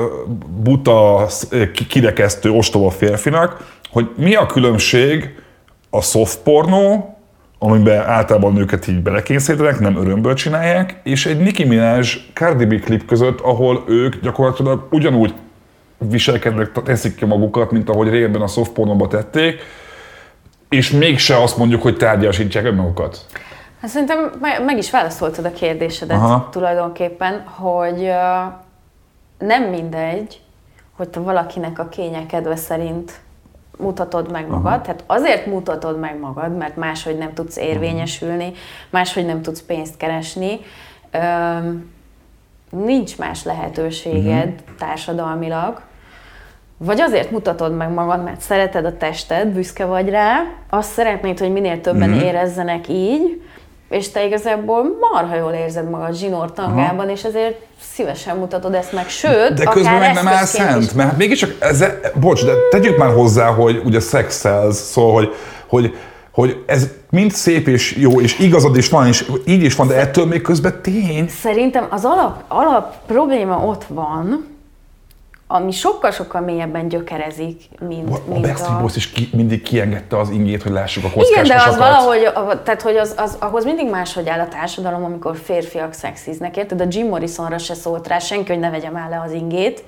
buta, kirekesztő, ostoba férfinak, hogy mi a különbség a soft pornó, amiben általában nőket így belekényszerítenek, nem örömből csinálják, és egy Nicki Minaj Cardi B klip között, ahol ők gyakorlatilag ugyanúgy viselkednek, teszik ki magukat, mint ahogy régebben a soft pornóba tették, és mégse azt mondjuk, hogy tárgyasítják önmagukat. Hát szerintem meg is válaszoltad a kérdésedet Aha. tulajdonképpen, hogy uh, nem mindegy, hogy te valakinek a kénye kedve szerint mutatod meg magad, Aha. tehát azért mutatod meg magad, mert máshogy nem tudsz érvényesülni, máshogy nem tudsz pénzt keresni, Üm, nincs más lehetőséged uh-huh. társadalmilag, vagy azért mutatod meg magad, mert szereted a tested, büszke vagy rá, azt szeretnéd, hogy minél többen uh-huh. érezzenek így, és te igazából marha jól érzed magad zsinórtangában, Aha. és ezért szívesen mutatod ezt meg, sőt, de közben meg nem áll szent, mert mégiscsak ezzel, bocs, de tegyük már hozzá, hogy ugye sex sells, szóval, hogy, hogy, hogy ez mind szép és jó, és igazad is van, és így is van, de ettől még közben tény. Szerintem az alap, alap probléma ott van, ami sokkal-sokkal mélyebben gyökerezik, mint a... A Backstreet Boys is ki, mindig kiengedte az ingét, hogy lássuk a kockás Igen, de az vasakat. valahogy, tehát hogy az, az, ahhoz mindig máshogy áll a társadalom, amikor férfiak szexiznek, érted? A Jim Morrisonra se szólt rá senki, hogy ne vegye már le az ingét.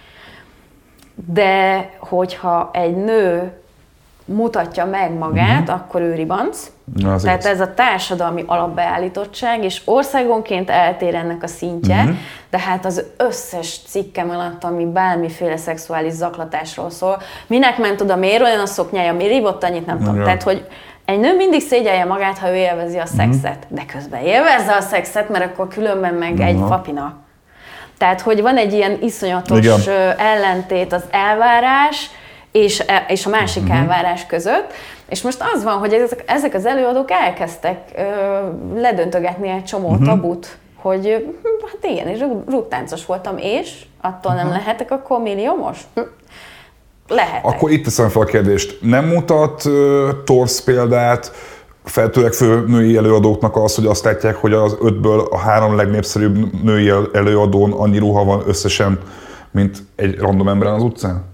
De hogyha egy nő mutatja meg magát, mm-hmm. akkor ő ribanc. Na, Tehát igaz. Ez a társadalmi alapbeállítottság, és országonként eltér ennek a szintje, mm-hmm. de hát az összes cikkem alatt, ami bármiféle szexuális zaklatásról szól, minek ment oda, miért olyan a szoknyája, miért rívott annyit, nem tudom. Tehát, hogy egy nő mindig szégyelje magát, ha ő élvezi a szexet, mm-hmm. de közben élvezze a szexet, mert akkor különben meg mm-hmm. egy fapina. Tehát, hogy van egy ilyen iszonyatos Igen. ellentét az elvárás, És, és a másik uh-huh. elvárás között. És most az van, hogy ezek, ezek az előadók elkezdtek ö, ledöntögetni egy csomó uh-huh. tabut, hogy hát igen, és rúgtáncos voltam, és attól uh-huh. nem lehetek akkor milliómos? Lehetek. Akkor itt teszem fel a kérdést. Nem mutat uh, torsz példát feltörekvő női előadóknak az, hogy azt látják, hogy az ötből a három legnépszerűbb női előadón annyi ruha van összesen, mint egy random emberen az utcán?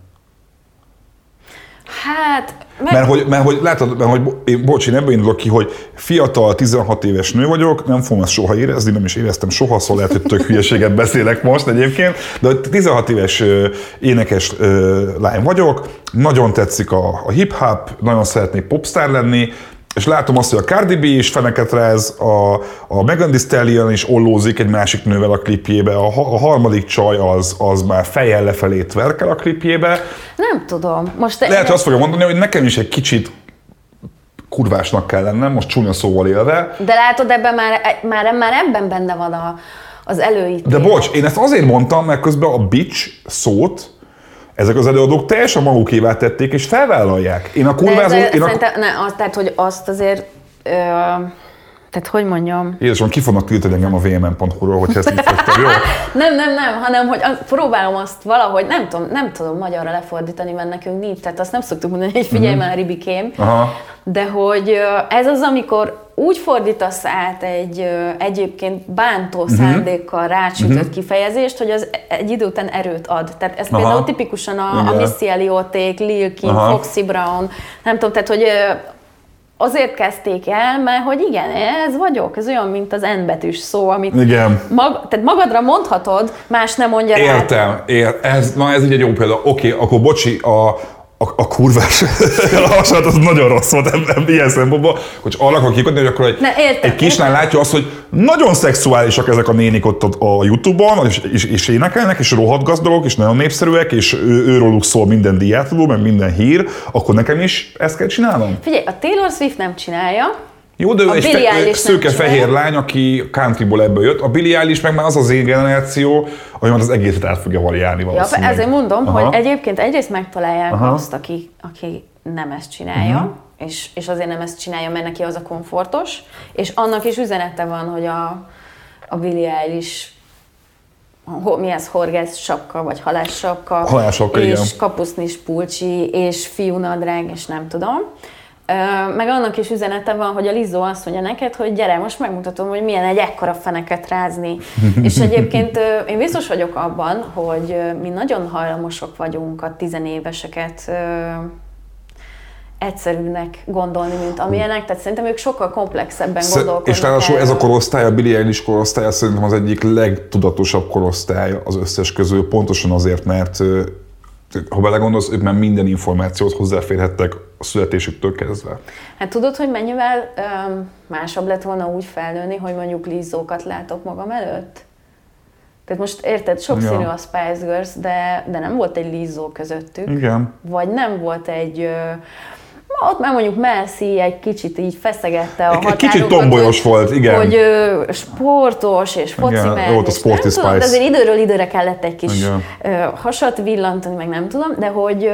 Hát... Meg... Mert, hogy, mert hogy látod, mert, hogy én, bocs, én ebből indulok ki, hogy fiatal, tizenhat éves nő vagyok, nem fogom ezt soha érezni, nem is éreztem soha, szóval lehet, hogy tök hülyeséget beszélek most egyébként, de tizenhat éves ö, énekes ö, lány vagyok, nagyon tetszik a, a hip-hop, nagyon szeretnék popstar lenni, és látom azt, hogy a Cardi B is feneket ráz, a, a Megan Thee Stallion is ollózik egy másik nővel a klipjébe, a, a harmadik csaj az, az már fejjel lefelé tverkel a klipjébe. Nem tudom. Most Lehet, én... hogy azt fogja mondani, hogy nekem is egy kicsit kurvásnak kell lennem, most csúnya szóval élve. De látod, ebben már, már, már ebben benne van a, az előítélet. De bocs, én ezt azért mondtam, mert közben a bitch szót ezek az előadók teljesen magukévá tették, és felvállalják. Én a kurvázó... Én a... ne, az, tehát, hogy azt azért... Ö, tehát, hogy mondjam... Jézusom, ki fognak tiltani engem a vé em en pont hu-ról, hogyha ezt így fogtam, jó? nem, nem, nem, hanem, hogy az, próbálom azt valahogy, nem tudom, nem tudom magyarra lefordítani, mert nekünk nincs, tehát azt nem szoktuk mondani, hogy figyelj mm-hmm. már, Ribikém. Aha. De hogy ez az, amikor úgy fordítasz át egy egyébként bántó uh-huh. szándékkal rácsütött uh-huh. kifejezést, hogy az egy idő után erőt ad. Tehát ez Aha. például tipikusan a, a Missy Ellioték, Lil Kim, Aha. Foxy Brown, nem tudom, tehát hogy azért kezdték el, mert hogy igen, ez vagyok, ez olyan, mint az N betűs szó, amit igen. Mag, tehát magadra mondhatod, más nem mondja rád. Értem, ért, ez, na ez így egy jó példa. Oké, okay, akkor bocsi, a, a, a kurvás hasonlat az nagyon rossz volt ebben ilyen szempontból, hogy arra akar kikodni, hogy akkor egy, ne, értem, egy kislány értem. Látja azt, hogy nagyon szexuálisak ezek a nénik ott a YouTube-on, és, és, és énekelnek, és rohadt gazdagok, és nagyon népszerűek, és ő, őróluk szól minden diátoló, meg minden hír, akkor nekem is ezt kell csinálnom? Figyelj, a Taylor Swift nem csinálja. Jó, de ő egy fe, szőke-fehér lány, aki countryból ebből jött. A Billie Eilish meg már az az én generáció, ami már az egészet át fogja variálni valószínűleg. Ja, ezért mondom, Aha. hogy egyébként egyrészt megtalálják Aha. azt, aki, aki nem ezt csinálja, uh-huh. és, és azért nem ezt csinálja, mert neki az a komfortos, és annak is üzenete van, hogy a, a Billie Eilish mi ez, horgász sapka, vagy halász sapka, halász sapka és igen. kapusznis pulcsi, és fiúnadrág, és nem tudom. Meg annak is üzenete van, hogy a Lizzo azt mondja neked, hogy gyere, most megmutatom, hogy milyen egy ekkora feneket rázni. És egyébként én biztos vagyok abban, hogy mi nagyon hajlamosok vagyunk a tizenéveseket egyszerűnek gondolni, mint amilyenek, tehát szerintem ők sokkal komplexebben gondolkodnak. És ráadásul ez a korosztály, a Billie Eilish korosztálya szerintem az egyik legtudatosabb korosztály az összes közül, pontosan azért, mert ha belegondolsz, ők már minden információt hozzáférhettek a születésüktől kezdve. Hát tudod, hogy mennyivel um, másabb lett volna úgy felnőni, hogy mondjuk Lizzókat látok magam előtt? Tehát most érted, sokszínű ja. a Spice Girls, de, de nem volt egy Lizzo közöttük. Igen. Vagy nem volt egy... Uh, ott már mondjuk Melsi egy kicsit így feszegette a határokat. Kicsit tombolyos hogy, volt, igen. Hogy uh, sportos és focimer. Volt a Sporty Spice. Tudom, de azért időről időre kellett egy kis uh, hasat villantani, meg nem tudom, de hogy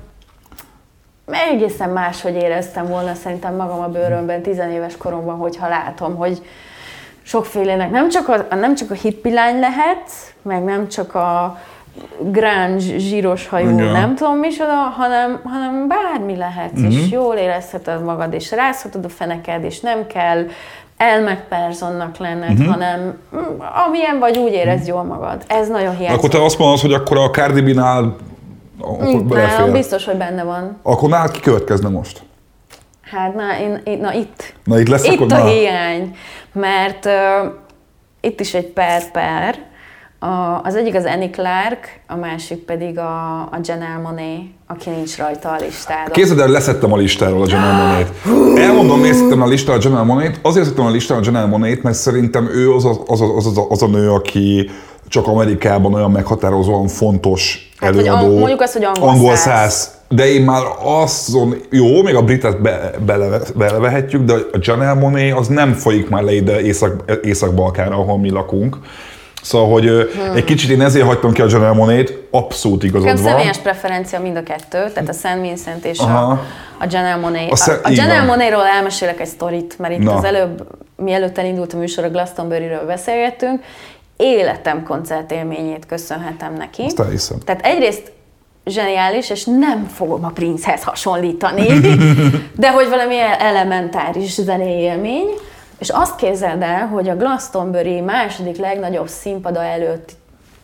uh, egészen máshogy éreztem volna szerintem magam a bőrömben tizenéves koromban, hogyha látom, hogy sokfélének nem csak a, nem csak a hippilány lehet, meg nem csak a grunge, zsíros hajú, ja. nem tudom micsoda, hanem, hanem bármi lehet, uh-huh. és jól érezheted magad, és rázhatod a feneked, és nem kell elmegpersonnak lenned, uh-huh. hanem amilyen vagy, úgy érezd jól magad. Ez nagyon hiányzik. Akkor te azt mondod, hogy akkor a Cardi B-nál nálam biztos, hogy benne van. Akkor nálad ki következne most? Hát na, én, én, na itt. Na itt lesz itt akkor? Itt a na. hiány, mert uh, itt is egy per-per. A, az egyik az Annie Clark, a másik pedig a, a Janelle Monáe, aki nincs rajta a listádon. Képzeld el, leszettem a listáról a Janelle Monáe-t. Elmondom, miért szedtem a listára a Janelle Monáe-t. Azért szedtem a listára a Janelle Monáe-t, mert szerintem ő az a, az, a, az, a, az a nő, aki csak Amerikában olyan meghatározóan fontos hát, előadó. Hogy mondjuk azt, hogy angol, angol száz. De én már azon, jó, még a britet be, bele, belevehetjük, de a Janelle Monáe az nem folyik már le ide Észak, Észak-Balkánra, ahol mi lakunk. Szóval, hogy hmm. egy kicsit én ezért hagytam ki a Janelle Monáe-t, abszolút igazad van. Nekem személyes preferencia mind a kettő, tehát a Saint Vincent és a, a Janelle Monáe. A, a, a Janelle Monáe-ról elmesélek egy sztorit, mert itt Na. az előbb, mielőtt elindult a műsor, a Glastonbury-ről beszélgettünk. Életem koncertélményét köszönhetem neki. Azt elhiszem. Tehát egyrészt zseniális, és nem fogom a Prince-hez hasonlítani, de hogy valami elementáris zenei élmény. És azt képzeld el, hogy a Glastonbury második legnagyobb színpada előtt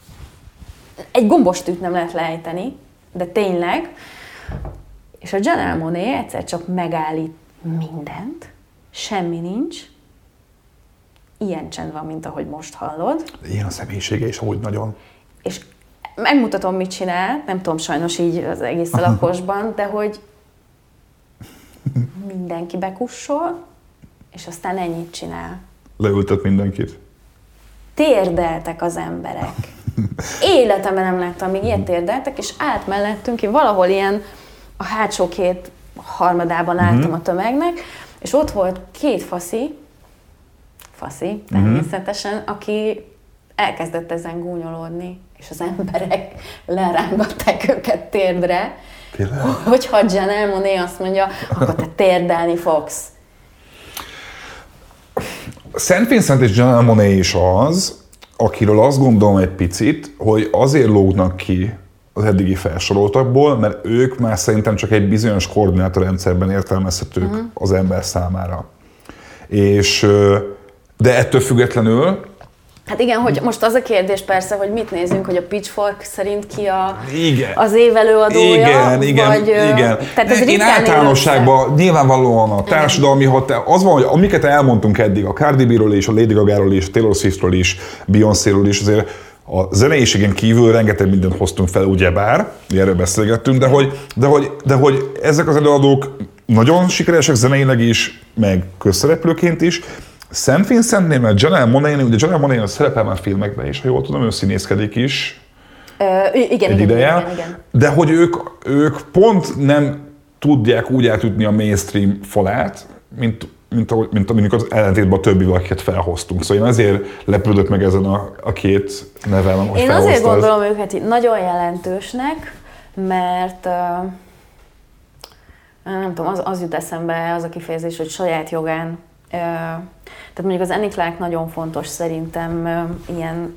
egy gombostűt nem lehet lejteni, de tényleg. És a Janelle Monáe egyszer csak megállít mindent, semmi nincs, ilyen csend van, mint ahogy most hallod. Ilyen a személyisége is amúgy nagyon. És megmutatom, mit csinál, nem tudom sajnos így az egész alakosban, de hogy mindenki bekussol, és aztán ennyit csinál. Leültet mindenkit. Térdeltek az emberek. Életemben nem láttam, még ilyet térdeltek, és állt mellettünk, én valahol ilyen a hátsó két harmadában álltam mm-hmm. a tömegnek, és ott volt két faszi, faszi természetesen, mm-hmm. aki elkezdett ezen gúnyolódni, és az emberek lerángatták őket térdre. Tényleg? Hogyha Janelle Monáe azt mondja, akkor te térdelni fogsz. Saint Vincent és Janelle Monáe is az, akiről azt gondolom egy picit, hogy azért lógnak ki az eddigi felsoroltakból, mert ők már szerintem csak egy bizonyos koordinátorrendszerben értelmezhetők uh-huh. az ember számára. És, de ettől függetlenül hát igen, hogy most az a kérdés persze, hogy mit nézünk, hogy a Pitchfork szerint ki a, igen. az év előadója, igen, igen, vagy... Igen, tehát ez én általánosságban nyilvánvalóan a társadalmi határ, az van, hogy amiket elmondtunk eddig, a Cardi B-ről és a Lady Gaga-ról és a Taylor Swiftről is, Beyoncé-ről is, azért a zeneiségen kívül rengeteg mindent hoztunk fel, ugyebár, erről beszélgettünk, de hogy, de, hogy, de hogy ezek az előadók nagyon sikeresek zeneileg is, meg közszereplőként is. Saint Vincentnél, mert Janelle Monáe, ugye Janelle Monáe szerepel már filmekben is, ha jól tudom, ő színészkedik is. Ö, igen, egy igen, ideje, igen, igen. De hogy ők, ők pont nem tudják úgy átütni a mainstream falát, mint, mint, mint, mint mondjuk az ellentétben a többi valakiket felhoztunk. Szóval én azért lepődök meg ezen a, a két neven, hogy Én azért gondolom ez. őket nagyon jelentősnek, mert uh, nem tudom, az, az jut eszembe az a kifejezés, hogy saját jogán. Uh, tehát mondjuk az Annie Clark nagyon fontos szerintem uh, ilyen,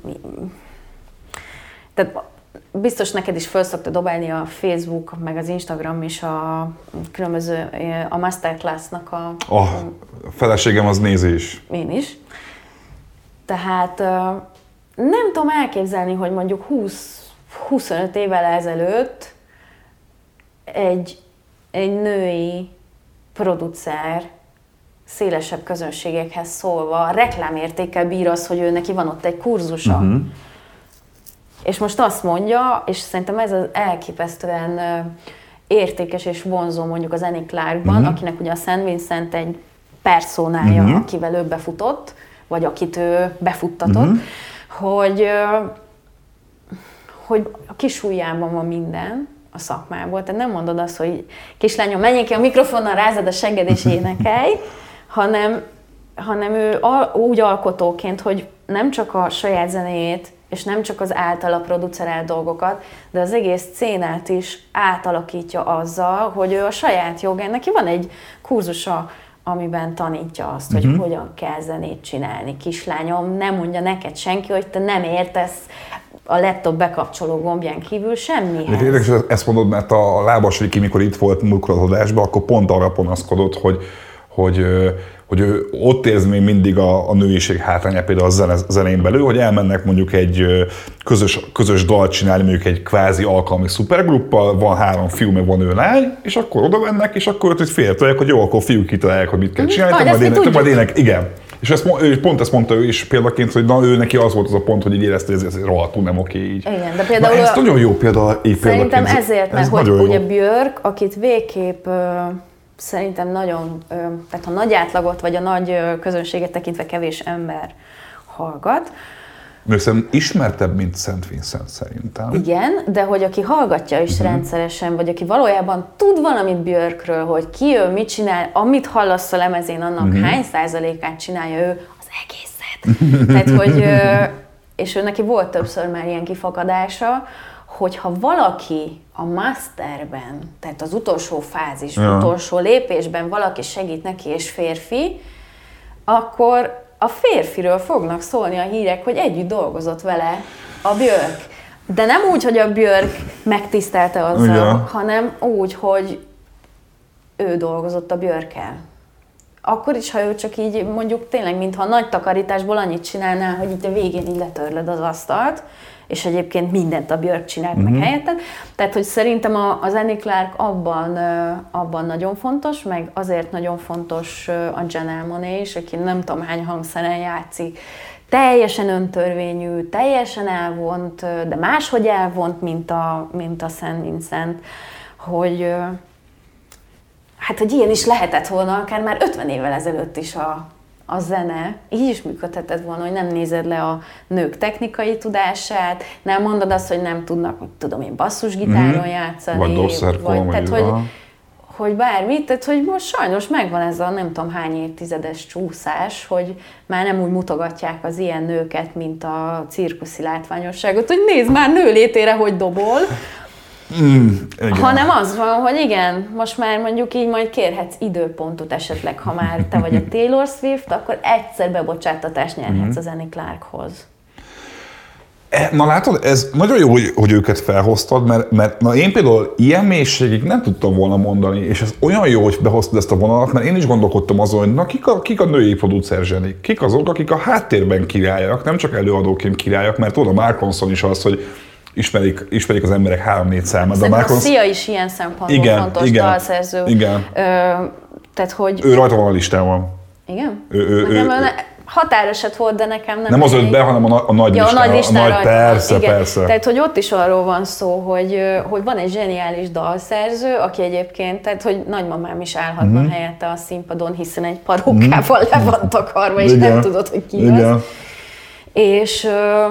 tehát biztos neked is föl szokta dobálni a Facebook, meg az Instagram is a különböző, a Masterclass-nak a... A feleségem az nézi is. Én is. Tehát uh, nem tudom elképzelni, hogy mondjuk húsz-huszonöt évvel ezelőtt egy, egy női producer szélesebb közönségekhez szólva reklámértékkel bír az, hogy ő neki van ott egy kurzusa. Uh-huh. És most azt mondja, és szerintem ez az elképesztően értékes és vonzó mondjuk az Annie Clarkban, uh-huh. akinek ugye a Saint Vincent egy personája, uh-huh. akivel ő befutott, vagy akit ő befuttatott, uh-huh. hogy, hogy a kis ujjában van minden a szakmából. Tehát nem mondod azt, hogy kislányom, menjél ki a mikrofonnal, rázad a segged és énekelj, hanem, hanem ő al- úgy alkotóként, hogy nem csak a saját zenéjét, és nem csak az általa producerált dolgokat, de az egész szcénát is átalakítja azzal, hogy ő a saját jogán, neki van egy kurzusa, amiben tanítja azt, uh-huh. hogy hogyan kell zenét csinálni. Kislányom, nem mondja neked senki, hogy te nem értesz a laptop bekapcsoló gombján kívül semmihez. Érdekes, ezt mondod, mert a Lábas Viki, mikor itt volt múltkor az adásban, akkor pont arra panaszkodott, hogy, hogy, hogy ő ott érzi még mindig a, a nőiség hátrányát, például a zene, zenén belül, hogy elmennek mondjuk egy közös, közös dalt csinálni, mondjuk egy kvázi alkalmi szupergruppal, van három fiú, meg van ő lány, és akkor oda mennek, és akkor őt féltolják, hogy jó, akkor fiúk kitalálják, hogy mit kell csinálni, te majd, ének, te majd ének, igen. És ezt, pont ezt mondta ő is példaként, hogy na, ő neki az volt az a pont, hogy így érezte, hogy ez, ez rohadtul nem oké így. Igen, de például na, ez a... nagyon jó példa, így szerintem ezért, mert hogy jó. Ugye Björk, akit végképp ö, szerintem nagyon, ö, tehát ha nagy átlagot vagy a nagy ö, közönséget tekintve kevés ember hallgat. Szerintem ismertebb, mint Saint Vincent szerintem. Igen, de hogy aki hallgatja is uh-huh. rendszeresen, vagy aki valójában tud valamit Björkről, hogy ki ő, mit csinál, amit hallasz a lemezén, annak uh-huh. hány százalékát csinálja ő, az egészet. Tehát, hogy, és ő neki volt többször már ilyen kifakadása, hogyha valaki a masterben, tehát az utolsó fázis, ja. utolsó lépésben valaki segít neki és férfi, akkor a férfiről fognak szólni a hírek, hogy együtt dolgozott vele a Björk. De nem úgy, hogy a Björk megtisztelte azzal, ja. hanem úgy, hogy ő dolgozott a Björkkel. Akkor is, ha ő csak így mondjuk tényleg, mintha a nagy takarításból annyit csinálná, hogy itt a végén így letörled az asztalt, és egyébként mindent a Björk csinált uh-huh. meg helyetted. Tehát, hogy szerintem az Annie Clark abban, abban nagyon fontos, meg azért nagyon fontos a Janelle Monáe is, aki nem tudom hány hangszeren játszik, teljesen öntörvényű, teljesen elvont, de máshogy elvont, mint a, mint a Saint Vincent, hogy hát, hogy ilyen is lehetett volna, akár már ötven évvel ezelőtt is a a zene, így is működhetett volna, hogy nem nézed le a nők technikai tudását, nem mondod azt, hogy nem tudnak, tudom én, basszusgitáron mm-hmm. játszani. Vagy dobszerkon, tehát, hogy, hogy bármit, tehát hogy most sajnos megvan ez a nem tudom hány évtizedes csúszás, hogy már nem úgy mutogatják az ilyen nőket, mint a cirkuszi látványosságot, hogy nézd már nő létére, hogy dobol. Mm, hanem az van, hogy igen, most már mondjuk így majd kérhetsz időpontot esetleg, ha már te vagy a Taylor Swift, akkor egyszer bebocsáttatást nyerhetsz mm-hmm. az Annie Clarkhoz. Na látod, ez nagyon jó, hogy, hogy őket felhoztad, mert, mert na én például ilyen mélységig nem tudtam volna mondani, és ez olyan jó, hogy behoztad ezt a vonalat, mert én is gondolkodtam azon, hogy na kik a, kik a női producer zsenik, kik azok, akik a háttérben királyak, nem csak előadóként királyak, mert tudod, a Mark Ronson is az, hogy ismerik, ismerik az emberek három-négy számát. Szerintem a Sia is ilyen szempontból igen, fontos igen, dalszerző. Igen. Ö, tehát, hogy... Ő rajta van a listán. Igen? Ő, ő, nekem ő, ő, határeset volt, de nekem nem. Nem az ötben, hanem a, a nagy ja, listán. A nagy listán a nagy, persze, igen. persze. Tehát, hogy ott is arról van szó, hogy, hogy van egy zseniális dalszerző, aki egyébként, tehát, hogy nagymamám is állhatna mm-hmm. helyette a színpadon, hiszen egy parókával mm-hmm. le van takarva, és igen. nem tudod, hogy ki igen. az. És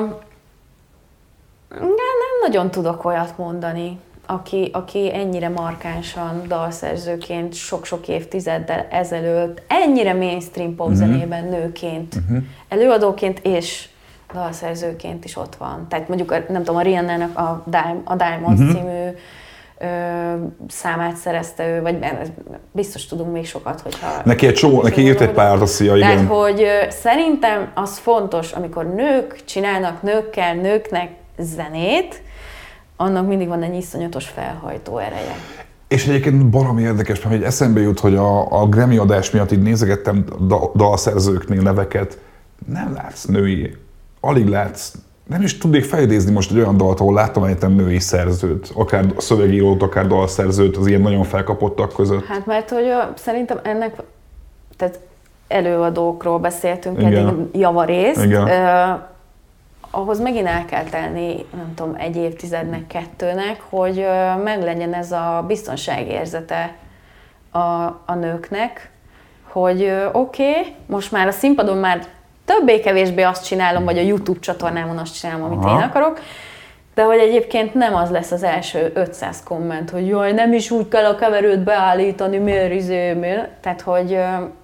nem nagyon tudok olyat mondani, aki, aki ennyire markánsan dalszerzőként sok-sok évtizeddel ezelőtt, ennyire mainstream popzenében uh-huh. nőként, uh-huh. előadóként és dalszerzőként is ott van. Tehát mondjuk, nem tudom, a Rihannának a, Diam- a Diamonds uh-huh. című ö, számát szerezte ő, vagy biztos tudunk még sokat, hogyha... Neki egy csomó, neki írt egy párt a Sia, igen. Tehát, hogy ö, szerintem az fontos, amikor nők csinálnak nőkkel, nőknek zenét, annak mindig van egy iszonyatos felhajtó ereje. És egyébként baromi érdekes, mert eszembe jut, hogy a, a Grammy adás miatt így nézegettem da, dalszerzőknél neveket. Nem látsz női, alig látsz, nem is tudnék felidézni most egy olyan dalt, ahol láttam egyetem női szerzőt, akár szövegírót, akár dalszerzőt az ilyen nagyon felkapottak között. Hát mert hogy a, szerintem ennek, tehát előadókról beszéltünk igen. eddig javarészt, igen. Uh, ahhoz megint el kell tenni, nem tudom, egy évtizednek, kettőnek, hogy meglegyen ez a biztonságérzete a, a nőknek, hogy oké, okay, most már a színpadon már többé-kevésbé azt csinálom, vagy a YouTube csatornámon azt csinálom, amit aha. én akarok, de hogy egyébként nem az lesz az első ötszáz komment, hogy jaj, nem is úgy kell a keverőt beállítani, miért izé, miért? Tehát, hogy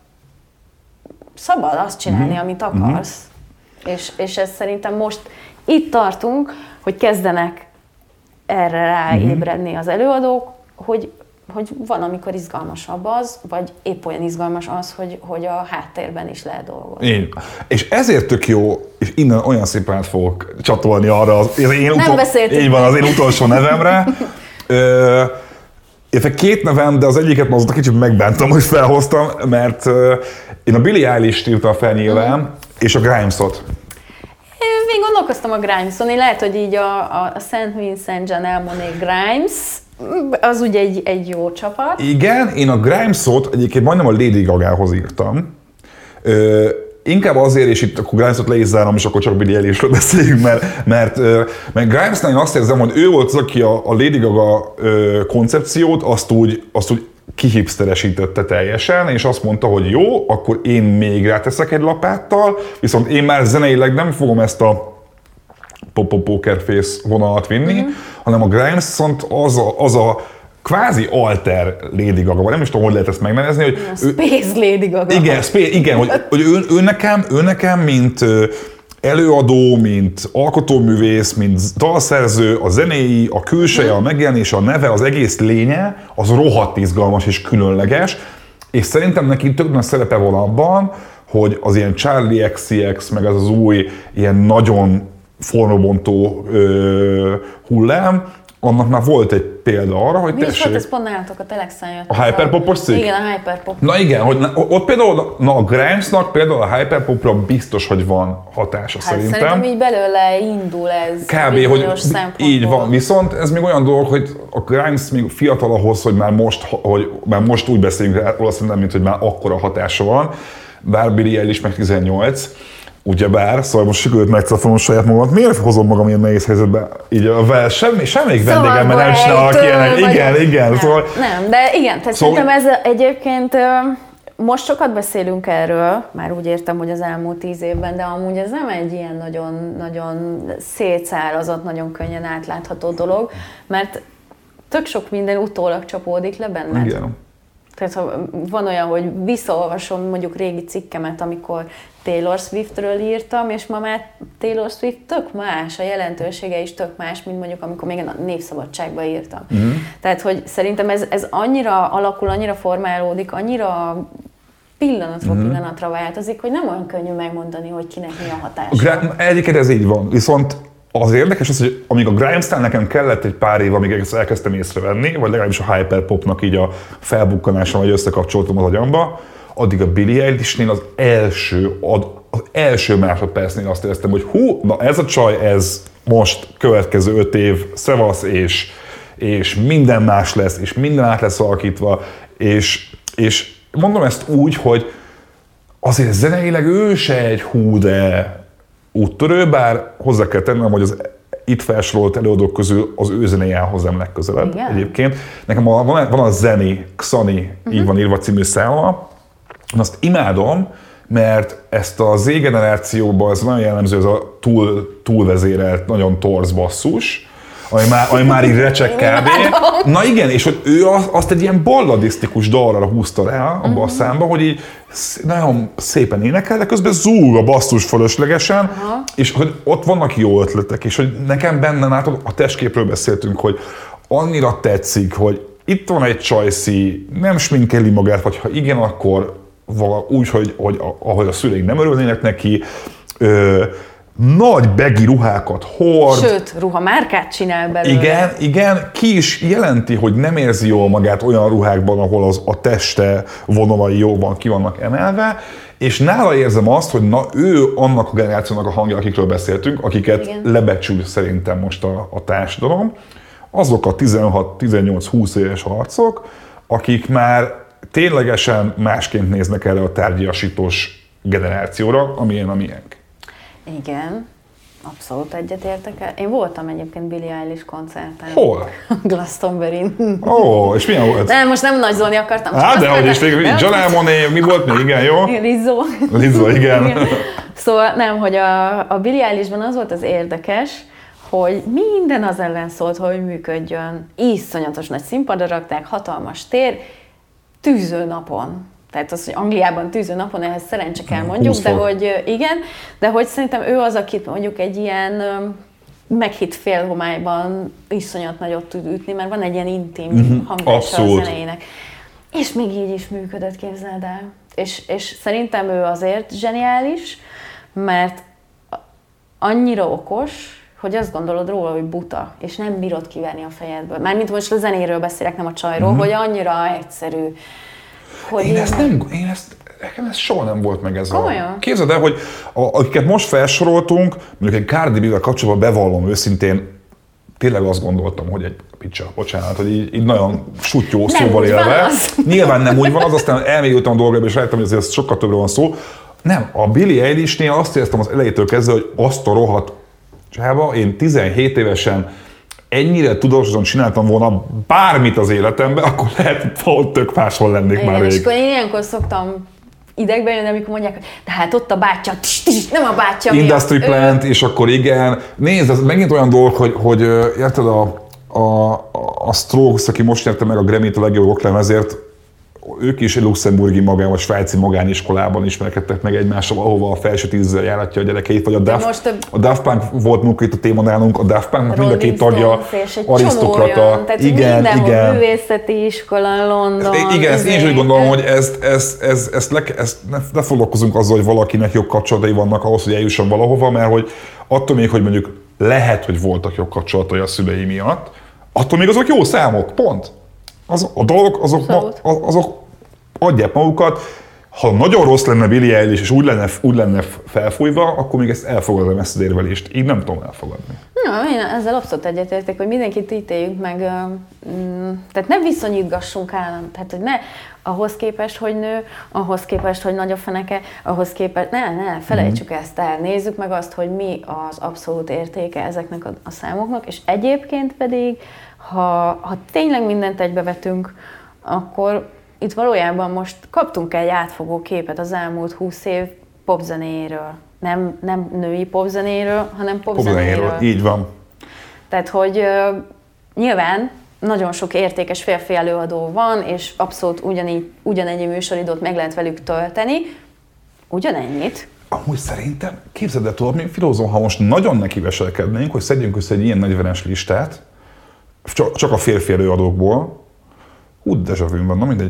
szabad azt csinálni, mm-hmm. amit akarsz. Mm-hmm. És, és ez szerintem most itt tartunk, hogy kezdenek erre ráébredni az előadók, hogy, hogy van, amikor izgalmasabb az, vagy épp olyan izgalmas az, hogy, hogy a háttérben is lehet dolgozni. Én. És ezért tök jó, és innen olyan szépen át fogok csatolni arra, az, az én, utol, így van, az én utolsó nevemre. Ö, Érte két nevem, de az egyiket azóta kicsit megbántam, hogy felhoztam, mert uh, én a Billie Eilish-t írtam fel nyilván, mm. és a Grimes-ot. Én még gondolkoztam a Grimes-on, én lehet, hogy így a, a, a Saint Vincent Grenadine Grimes, az ugye egy, egy jó csapat. Igen, én a Grimes-ot egyébként majdnem a Lady Gagához írtam. Ö, Inkább azért, és itt akkor Grimes-ot le is zárom, és akkor csak Billie Eilishről beszéljünk, mert, mert, mert Grimes-nál én azt érzem, hogy ő volt az, aki a, a Lady Gaga koncepciót azt úgy, azt úgy kihipsteresítette teljesen, és azt mondta, hogy jó, akkor én még ráteszek egy lapáttal, viszont én már zeneileg nem fogom ezt a pop-pop poker face vonalat vinni, mm-hmm. hanem a Grimes viszont az a, az a kvázi alter Lady Gaga, vagy nem is tudom, hogy lehet ezt megnevezni, hogy... A Space ő, Lady Gaga. Igen, space, igen hogy, hogy ő, ő, nekem, ő nekem, mint előadó, mint alkotóművész, mint dalszerző, a zenéi, a külseje, a megjelenése, a neve, az egész lénye, az rohadt izgalmas és különleges, és szerintem neki tök nagy szerepe van abban, hogy az ilyen Charli X C X, meg az az új, ilyen nagyon formabontó ö, hullám, annak már volt egy példa arra, hogy mi tessék... Mi is volt, ez pont nálatok a Telexen jött. A hyperpopos cikk? Igen, a hyperpop. Na igen, hogy na, ott például na, a Grimesnak például a hyperpopra biztos, hogy van hatása hát szerintem. Szerintem így belőle indul ez kb. Hogy így van, viszont ez még olyan dolog, hogy a Grimes még fiatal ahhoz, hogy már most, hogy már most úgy beszélünk róla szerintem, mint hogy már akkora hatása van, bár Billie Eilish meg tizennyolc. Ugyebár, szóval most sikerült megcafolnom saját magamat. Miért hozom magam ilyen nehéz helyzetbe? Így a vel, semmi, semmelyik szóval vendégemmel nem csinálok ilyenek. Igen, igen. Nem, szóval... nem, de igen, tehát szóval... szerintem ez egyébként most sokat beszélünk erről, már úgy értem, hogy az elmúlt tíz évben, de amúgy ez nem egy ilyen nagyon, nagyon szétszárazott, nagyon könnyen átlátható dolog, mert tök sok minden utólag csapódik le benned. Igen. Tehát ha van olyan, hogy visszaolvasom mondjuk régi cikkemet, amikor Taylor Swiftről írtam, és ma már Taylor Swift tök más, a jelentősége is tök más, mint mondjuk amikor még a Népszabadságban írtam. Mm-hmm. Tehát, hogy szerintem ez, ez annyira alakul, annyira formálódik, annyira pillanatról mm-hmm. pillanatra változik, hogy nem olyan könnyű megmondani, hogy kinek mi a hatása. Egyiket ez így van, viszont az érdekes az, hogy amíg a Grime-style nekem kellett egy pár év, amíg ezt elkezdtem észrevenni, vagy legalábbis a hyperpopnak így a felbukkanása, vagy összekapcsoltam az agyamba, addig a Billie Eilishnél az első, az első másodpercnél azt éreztem, hogy hú, na ez a csaj, ez most következő öt év szevasz, és, és minden más lesz, és minden át lesz alakítva, és, és mondom ezt úgy, hogy azért zeneileg ő se egy hú, de úttörő, bár hozzá kell tennem, hogy az itt felsorolt előadók közül az ő zenéje áll hozzám legközelebb. Igen. Egyébként. Nekem a, van, van a Zeni, Xani, uh-huh. így van írva című száma, azt imádom, mert ezt a Z-generációban ez nagyon jellemző, ez a túl, túlvezérelt, nagyon torz basszus, ami már, ami már így recsek kb. Na igen, és hogy ő azt egy ilyen balladisztikus dalra húzta rá abba uh-huh. a számba, hogy így nagyon szépen énekel, de közben zúg a basszus fölöslegesen, uh-huh. és hogy ott vannak jó ötletek, és hogy nekem benne látod, a testképről beszéltünk, hogy annyira tetszik, hogy itt van egy csajszi, nem sminkeli magát, vagy ha igen, akkor úgy, hogy, hogy ahogy a szüleik nem örülnének neki, ö, nagy begi ruhákat hord. Sőt, ruhamárkát csinál belőle. Igen, igen, ki is jelenti, hogy nem érzi jól magát olyan ruhákban, ahol az, a teste vonalai jobban ki vannak emelve, és nála érzem azt, hogy na ő annak a generációnak a hangja, akikről beszéltünk, akiket igen. lebecsül szerintem most a, a társadalom, azok a tizenhat, tizennyolc, húsz éves arcok, akik már ténylegesen másként néznek erre a tárgyasítós generációra, amilyen a miénk. Igen, abszolút egyetértek el. Én voltam egyébként Billie Eilish koncerten. Hol? Glastonbury-n. Ó, oh, és milyen volt? Nem, most nem nagyzolni akartam. Á, de hogy is végül, Janelle Monáe, mi volt még? Igen, jó? Rizzo. Rizzo, igen. igen. Szóval nem, hogy a, a Billie Eilishben az volt az érdekes, hogy minden az ellen szólt, hogy működjön. Iszonyatos nagy színpadra rakták, hatalmas tér, tűzőnapon. Tehát az, hogy Angliában tűzőnapon, ehhez szerencse kell mondjuk, de hogy igen, de hogy szerintem ő az, akit mondjuk egy ilyen meghitt félhomályban iszonyat nagyot tud ütni, mert van egy ilyen intim mm-hmm. hangzása a zenéjének. És még így is működött, képzeld el. És, és szerintem ő azért zseniális, mert annyira okos, hogy azt gondolod róla, hogy buta, és nem bírod kiverni a fejedből. Mármint most a zenéről beszélek, nem a csajról, mm-hmm. hogy annyira egyszerű. Hogy én, én ezt nem, én ezt, nekem ez soha nem volt meg ez Komolyan? a... Képzeld el, hogy a, akiket most felsoroltunk, mondjuk egy Cardi B-vel kapcsolatban bevallom őszintén, tényleg azt gondoltam, hogy egy picsa, bocsánat, hogy így, így nagyon sutyó szóval élve. Nyilván nem úgy van az, aztán elmélyültem a dolgába, és rájöttem, hogy ez sokkal többről van szó. Nem, a Billie Eilishnél azt éreztem az elejétől kezdve, hogy azt a rohadt csába, én tizenhét évesen ennyire tudatosan csináltam volna bármit az életemben, akkor lehet, hogy valahol tök máshol lennék igen, már rég. És akkor én ilyenkor szoktam idegbe jönni, amikor mondják, hogy de hát ott a bátyja, nem a bátyja miatt. Industry plant, és akkor igen. Nézd, ez megint olyan dolog, hogy, hogy érted a, a, a Strokes, aki most nyerte meg a Grammy-t a legjobb rocklemezért, ők is egy luxemburgi magán, vagy svájci magániskolában ismerkedtek meg egymással, ahova a felső tízzel járatja a gyerekeit, vagy a Daft, a... a Daft Punk volt munka itt a téma nálunk, a Daft Punknak mind a két tagja arisztokrata. Tehát igen, mindenhol igen. művészeti iskola, London. Igen, ezt én is úgy gondolom, hogy ezt, ezt, ezt, ezt, le, ezt ne, ne foglalkozunk azzal, hogy valakinek jobb kapcsolatai vannak ahhoz, hogy eljusson valahova, mert hogy attól még, hogy mondjuk lehet, hogy voltak jobb kapcsolatai a szülei miatt, attól még azok jó számok, pont. Az, a dolgok, azok, ma, azok adják magukat. Ha nagyon rossz lenne Billie Eilish, és úgy lenne, úgy lenne felfújva, akkor még ezt elfogadom, ezt az érvelést. Így nem tudom elfogadni. Na, én ezzel abszolút egyetértek, hogy mindenkit ítéljük meg, mm, tehát ne viszonyítgassunk állam, tehát hogy ne ahhoz képest, hogy nő, ahhoz képest, hogy nagy a feneke, ahhoz képest, ne, ne, felejtsük mm-hmm. ezt el, nézzük meg azt, hogy mi az abszolút értéke ezeknek a, a számoknak, és egyébként pedig, ha, ha tényleg mindent egybevetünk, akkor itt valójában most kaptunk egy átfogó képet az elmúlt húsz év popzenéről. Nem, nem női popzenéről, hanem popzenéről. Popzenéről, így van. Tehát, hogy uh, nyilván nagyon sok értékes férfi előadó van, és abszolút ugyanígy, ugyanennyi műsoridőt meg lehet velük tölteni. Ugyanennyit. Amúgy szerintem, képzeld el, tudod, még filózom, ha most nagyon nekiveselkednénk, hogy szedjünk össze egy ilyen negyvenes listát, csak a férfi előadókból, úgy déjà vu van, na mindegy.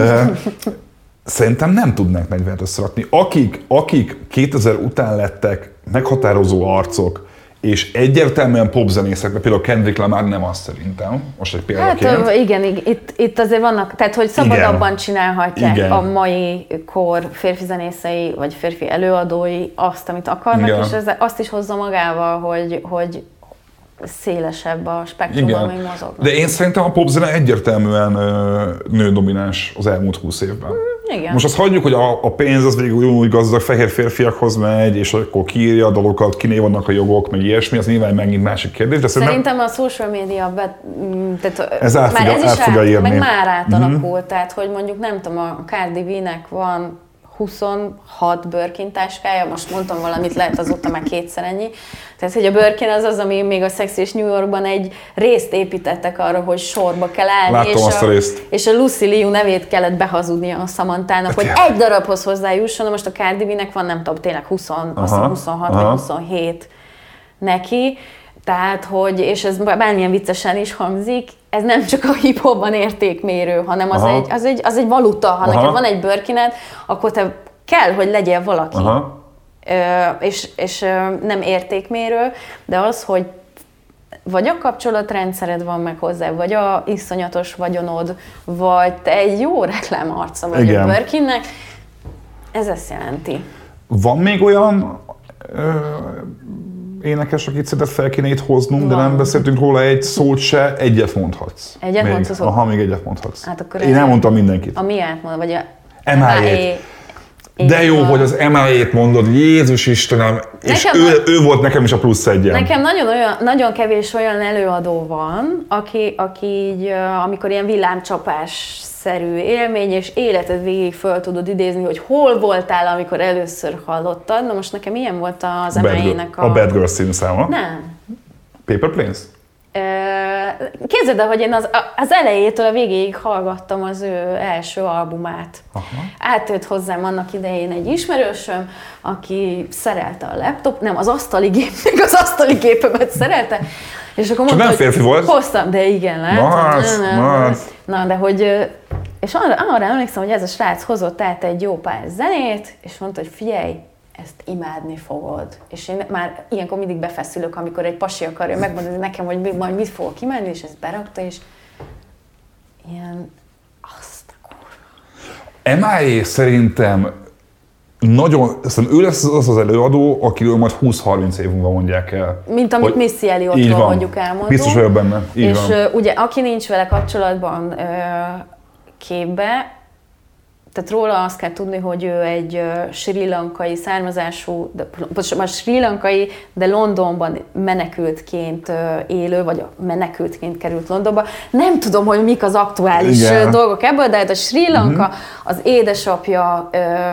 Szerintem nem tudnánk negyvenet összerakni. Akik, akik kétezer után lettek meghatározó arcok, és egyértelműen popzenészek, például Kendrick Lamar nem az szerintem, most egy példaként. Hát igen, itt, itt azért vannak, tehát hogy szabadabban igen. csinálhatják igen. a mai kor férfi zenészei, vagy férfi előadói azt, amit akarnak, igen. és ez azt is hozza magával, hogy, hogy szélesebb a spektrum, ami mozognak. De én szerintem a popzene egyértelműen nődomináns az elmúlt húsz évben. Mm, igen. Most azt hagyjuk, hogy a, a pénz az végül úgy gazdag fehér férfiakhoz megy, és akkor kiírja a dalokat, kiné vannak a jogok, meg ilyesmi, az nyilván megint másik kérdés. De szerintem, szerintem a social media, bet, tehát ez már fogja, ez is át, át meg már átalakult, mm-hmm. tehát hogy mondjuk nem tudom, a Cardi B-nek van huszonhat Birkin táskája, most mondtam valamit, lehet azóta már kétszer ennyi. Tehát, hogy a Birkin az az, ami még a Sex és New Yorkban egy részt építettek arra, hogy sorba kell állni. Láttam és azt a, a részt. És a Lucy Liu nevét kellett behazudnia a Samanthának, hogy egy darabhoz hozzájusson, most a Cardi B-nek van nem tudom, tényleg húsz, huszonhat vagy huszonhét neki. Tehát, hogy, és ez bármilyen viccesen is hangzik, ez nem csak a hip-hopban értékmérő, hanem az egy, az, egy, az egy valuta. Ha Aha. neked van egy Birkined, akkor te kell, hogy legyél valaki. Ö, és, és nem értékmérő, de az, hogy vagy a kapcsolatrendszered van meg hozzá, vagy a iszonyatos vagyonod, vagy te egy jó reklámarca vagy Igen. a Birkinnek, ez ezt jelenti. Van még olyan ö, énekes, akit szerinted fel kéne itt hoznunk, van. De nem beszéltünk róla egy szót se, egyet mondhatsz. Egyet mondhatsz a szót? Aha, még egyet mondhatsz. Hát akkor én elmondtam mindenkit. A miát mondod, vagy a em i á-t. De jó, hogy az em i á-t mondod, Jézus Istenem, és ő, ő volt nekem is a plusz egyen. Nekem nagyon, olyan, nagyon kevés olyan előadó van, aki, aki így, amikor ilyen villámcsapásszerű élmény, és életed végig föl tudod idézni, hogy hol voltál, amikor először hallottad. Na most nekem ilyen volt az em i á-nek a... A Bad Girls című száma? Nem. Paper Planes? Képzeld el, hogy én az, az elejétől a végéig hallgattam az ő első albumát. Aha. Átjött hozzám annak idején egy ismerősöm, aki szerelte a laptop, nem, az asztali gép, még az asztali gépemet szerelte. És akkor mondta, nem férfi volt? Hoztam, de igen, látod. Na, de hogy, és arra, arra emlékszem, hogy ez a srác hozott át egy jó pár zenét, és mondta, hogy figyelj, ezt imádni fogod. És én már ilyenkor mindig befeszülök, amikor egy pasi akarja megmondani nekem, hogy majd mit fogok imádni, és ezt berakta, és ilyen azt a kurva. em i á szerintem nagyon, szerintem ő lesz az az előadó, akiről majd húsz-harminc év múlva mondják el. Mint amit Missy Elliottról mondjuk elmondunk. Biztos vagyok benne. Így és van. ugye aki nincs vele kapcsolatban képbe, tehát róla azt kell tudni, hogy ő egy uh, sri lankai származású, de, pontosabban sri lankai, de Londonban menekültként uh, élő, vagy menekültként került Londonba. Nem tudom, hogy mik az aktuális Igen. dolgok ebből, de hát a Sri Lanka, uh-huh. az édesapja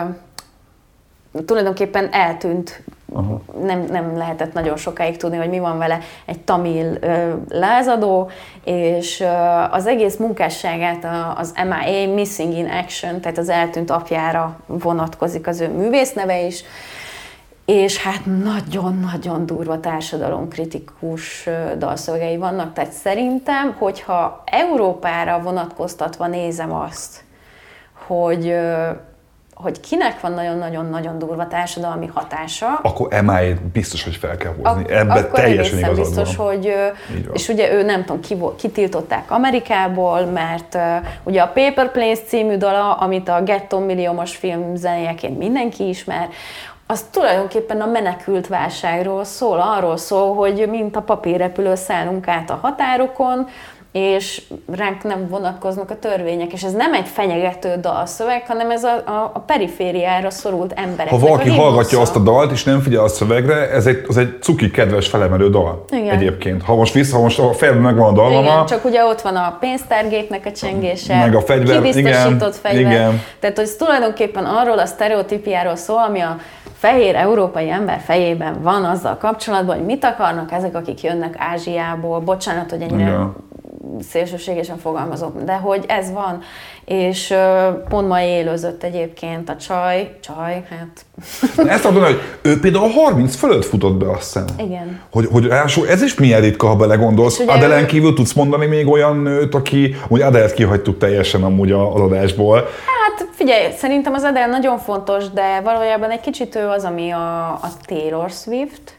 uh, tulajdonképpen eltűnt. Uh-huh. Nem, nem lehetett nagyon sokáig tudni, hogy mi van vele, egy tamil ö, lázadó, és ö, az egész munkásságát a, az em i á, Missing in Action, tehát az eltűnt apjára vonatkozik az ő művészneve is, és hát nagyon-nagyon durva társadalomkritikus dalszövegei vannak, tehát szerintem, hogyha Európára vonatkoztatva nézem azt, hogy hogy kinek van nagyon-nagyon-nagyon durva társadalmi hatása. Akkor em i á-t biztos, hogy fel kell hozni. Ak- Ebben teljesen igazad van. Biztos, hogy, és ugye ő nem tudom, ki, kitiltották Amerikából, mert uh, ugye a Paper Planes című dala, amit a Ghetto milliómos film zenéjeként mindenki ismer, az tulajdonképpen a menekült válságról szól, arról szól, hogy mint a papírrepülő szállunk át a határokon, és ránk nem vonatkoznak a törvények, és ez nem egy fenyegető dalszöveg, hanem ez a, a, a perifériára szorult embereknek. Ha valaki hallgatja azt a dalt, és nem figyel a szövegre, ez egy, az egy cuki, kedves, felemelő dal. Igen. Egyébként. Ha most vissza, ha most a fejben megvan a dalma. Igen, csak ugye ott van a pénztárgépnek a csengése, meg a fegyver, kibiztosított fegyver. Igen. Tehát, hogy ez tulajdonképpen arról a sztereotípiáról szól, ami a fehér európai ember fejében van azzal kapcsolatban, hogy mit akarnak ezek, akik jönnek Ázsiából. Bocsánat, hogy ennyire Igen. szélsőségesen fogalmazok, de hogy ez van, és pont ma élőzött egyébként a csaj, csaj, hát... Ezt mondom, hogy ő például harminc fölött futott be, azt hiszem. Igen. Hogy, hogy rásul, ez is milyen ritka, ha belegondolsz. Adelen kívül tudsz mondani még olyan nőt, aki, hogy Adelt kihagytuk teljesen amúgy az adásból. Hát figyelj, szerintem az Adele nagyon fontos, de valójában egy kicsit ő az, ami a, a Taylor Swift,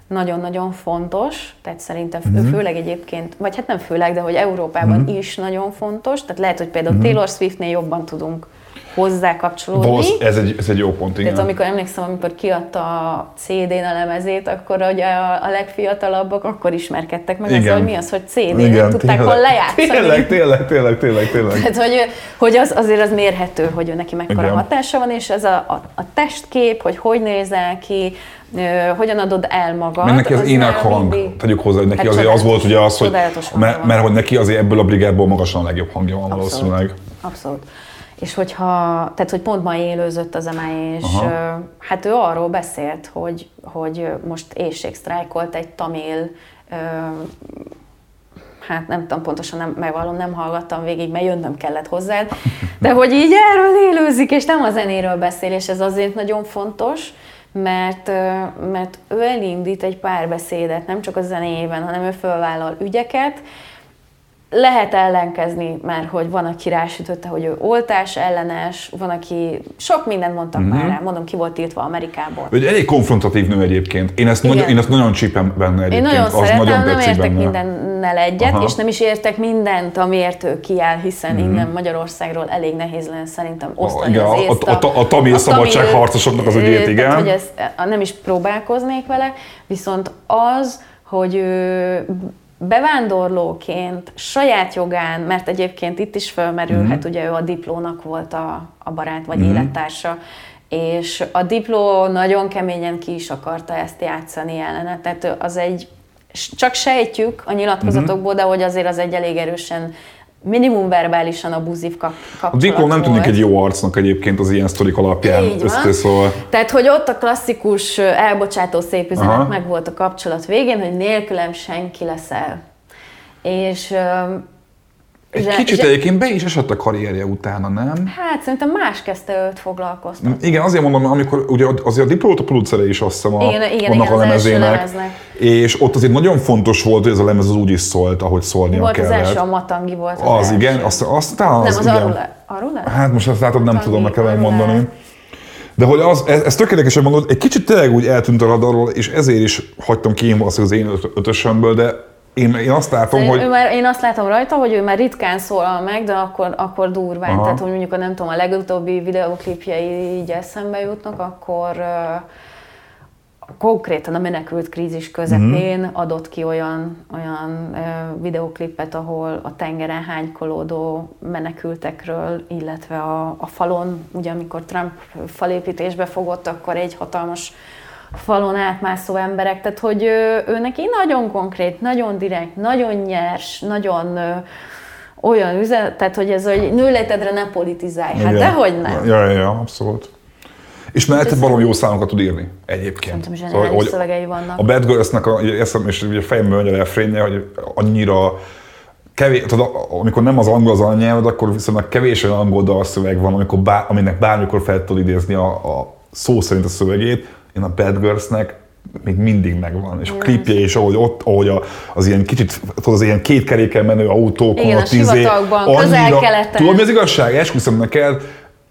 nagyon-nagyon fontos, tehát szerintem mm-hmm. főleg egyébként, vagy hát nem főleg, de hogy Európában mm-hmm. is nagyon fontos, tehát lehet, hogy például mm-hmm. Taylor Swiftnél jobban tudunk hozzá kapcsolódni. Valósz, ez, egy, ez egy jó pont, igen. Tehát amikor emlékszem, amikor kiadta a cé dén a lemezét, akkor ugye a, a legfiatalabbak akkor ismerkedtek meg ezzel, hogy mi az, hogy cé dén, nem tudták hol lejátszani. Tényleg, tényleg, tényleg, tényleg, tényleg. Tehát, hogy, hogy az, azért az mérhető, hogy neki mekkora igen. hatása van, és ez a, a, a testkép, hogy hogy nézel ki, Uh, hogyan adod el magad. Mert neki az, az énekhang, mindig... tegyük hozzá, hogy neki hát azért az volt ugye az, hogy, mert, mert hogy neki azért ebből a brigádból magasan a legjobb hangja van valószínűleg. Abszolút. És hogyha, tehát hogy pont ma élőzött az em i, és uh, hát ő arról beszélt, hogy, hogy most éhségsztrájkolt egy tamil, uh, hát nem tudom pontosan, nem, megvallom, nem hallgattam végig, mert jönnöm kellett hozzád, de hogy így erről élőzik, és nem a zenéről beszél, és ez azért nagyon fontos, Mert, mert ő elindít egy párbeszédet, nem csak a zenéjében, hanem ő fölvállal ügyeket. Lehet ellenkezni, mert hogy van, aki rásütötte, hogy ő oltás ellenes, van, aki sok mindent mondtak mm-hmm. már rá, mondom, ki volt tiltva Amerikából. Egy elég konfrontatív nő egyébként. Én ezt, nagyon, én ezt nagyon csípem benne egyébként. Én nagyon az szeretem, nagyon nem értek benne. mindennel egyet, aha. és nem is értek mindent, amiért ő kiáll, hiszen mm-hmm. innen Magyarországról elég nehéz lenne szerintem osztani igen, az észt. A, a, a, a tamil szabadságharcosoknak az ügyét, igen. Tehát, hogy ezt nem is próbálkoznék vele, viszont az, hogy ő bevándorlóként, saját jogán, mert egyébként itt is fölmerülhet, mm-hmm. ugye ő a Diplónak volt a, a barát vagy mm-hmm. élettársa, és a Dipló nagyon keményen ki is akarta ezt játszani ellene, tehát az egy, csak sejtjük a nyilatkozatokból, mm-hmm. de hogy azért az egy elég erősen, minimum verbálisan abuzív kap, kapcsolat. A Dipló nem tűnik egy jó arcnak egyébként az ilyen sztorik alapján összeszól. Tehát, hogy ott a klasszikus elbocsátó szép üzenet aha. meg volt a kapcsolat végén, hogy nélkülem senki leszel. És... Egy zse, kicsit zse... egyébként be is esett a karrierje utána, nem? Hát szerintem más kezdte őt foglalkoztatni. Igen, azért mondom, amikor ugye azért a Dipló a producere is azt hiszem a, igen, igen, annak igen, a lemezének. És ott azért nagyon fontos volt, hogy ez a lemez az úgy is szólt, ahogy szólnia volt kellett. Volt az első, a Matangi volt az, az első. Igen, azt, aztán az, nem, az igen. Arule. Arule? Hát most azt látod, nem Matangi, tudom, meg kell mondani. De hogy az, ez, ez tökéletesen mondod, egy kicsit tényleg úgy eltűnt a radarról, és ezért is hagytam ki én az én ötösömből, de Én, én azt látom, szóval hogy... Ő már, én azt látom rajta, hogy ő már ritkán szólal meg, de akkor, akkor durván. Aha. Tehát, hogy mondjuk, nem tudom, a legutóbbi videóklipjei így eszembe jutnak, akkor uh, konkrétan a menekült krízis közepén mm. adott ki olyan, olyan uh, videóklipet, ahol a tengeren hánykolódó menekültekről, illetve a, a falon, ugye amikor Trump falépítésbe fogott, akkor egy hatalmas falon átmászó emberek, tehát hogy ő, ő neki nagyon konkrét, nagyon direkt, nagyon nyers, nagyon ö, olyan üzenet, tehát hogy ez, hogy nőletedre ne politizálj, hát dehogy nem. Ja, ja, ja, abszolút. És mellette valami jó számokat tud írni egyébként. Szerintem zseniális szóval, szövegei vannak. A Bad Girls-nek a, eszem, és ugye fejemben megy a refrénje, hogy annyira kevés, tudod, amikor nem az angol az anyanyelved, akkor viszont kevés olyan angol dalszöveg van, amikor bár, aminek bármikor fel tudod idézni a, a szó szerint a szövegét. Én a Bad Girls-nek még mindig megvan, és a klipje is, ahogy ott, ahogy a, az ilyen kicsit, tudod, az ilyen két keréken menő autókon, igen, a sivatagban, közel-keleten. Tudod, mi az igazság? Esküszöm neked,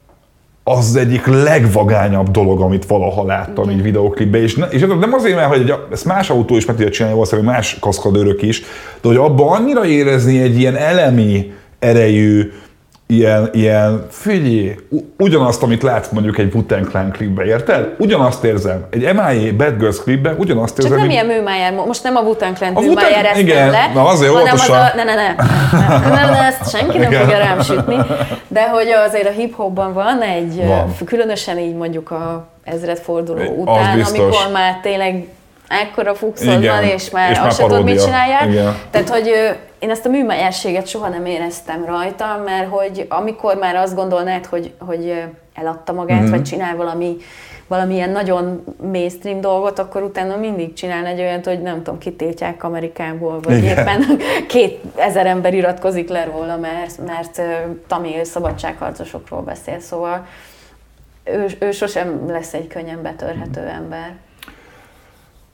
az az egyik legvagányabb dolog, amit valaha láttam igen. így videóklipben, és, ne, és nem azért, mert hogy ezt más autó is meg tudja csinálni, valószínűleg más kaszkadőrök is, de hogy abban annyira érezni egy ilyen elemi erejű, Ilyen, ilyen, figyelj, ugyanazt, amit látsz mondjuk egy Wu-Tang Clan klipben, érted? Ugyanazt érzem. Egy em i á Bad Girls klipben ugyanazt érzem. Csak nem mint... ilyen műmájár, most nem a Wu-Tang Clan műmájár ezt igen, le, na azért hanem óvatosan. az a... Ne, ne, ne, ne, ne, ne, ezt senki nem igen. fogja rám sütni. De hogy azért a hip-hopban van egy, van. különösen így mondjuk a ezredforduló után, amikor már tényleg ekkora fuxod van, és már és azt sem tudod, mit csináljál. Igen. Tehát, hogy én ezt a műmájárséget soha nem éreztem rajta, mert hogy amikor már azt gondolnád, hogy, hogy eladta magát, mm-hmm. vagy csinál valami, valamilyen nagyon mainstream dolgot, akkor utána mindig csinál egy olyat, hogy nem tudom, kitiltják Amerikából, vagy igen. éppen két ezer ember iratkozik le róla, mert, mert tamil szabadságharcosokról beszél. Szóval ő, ő sosem lesz egy könnyen betörhető ember.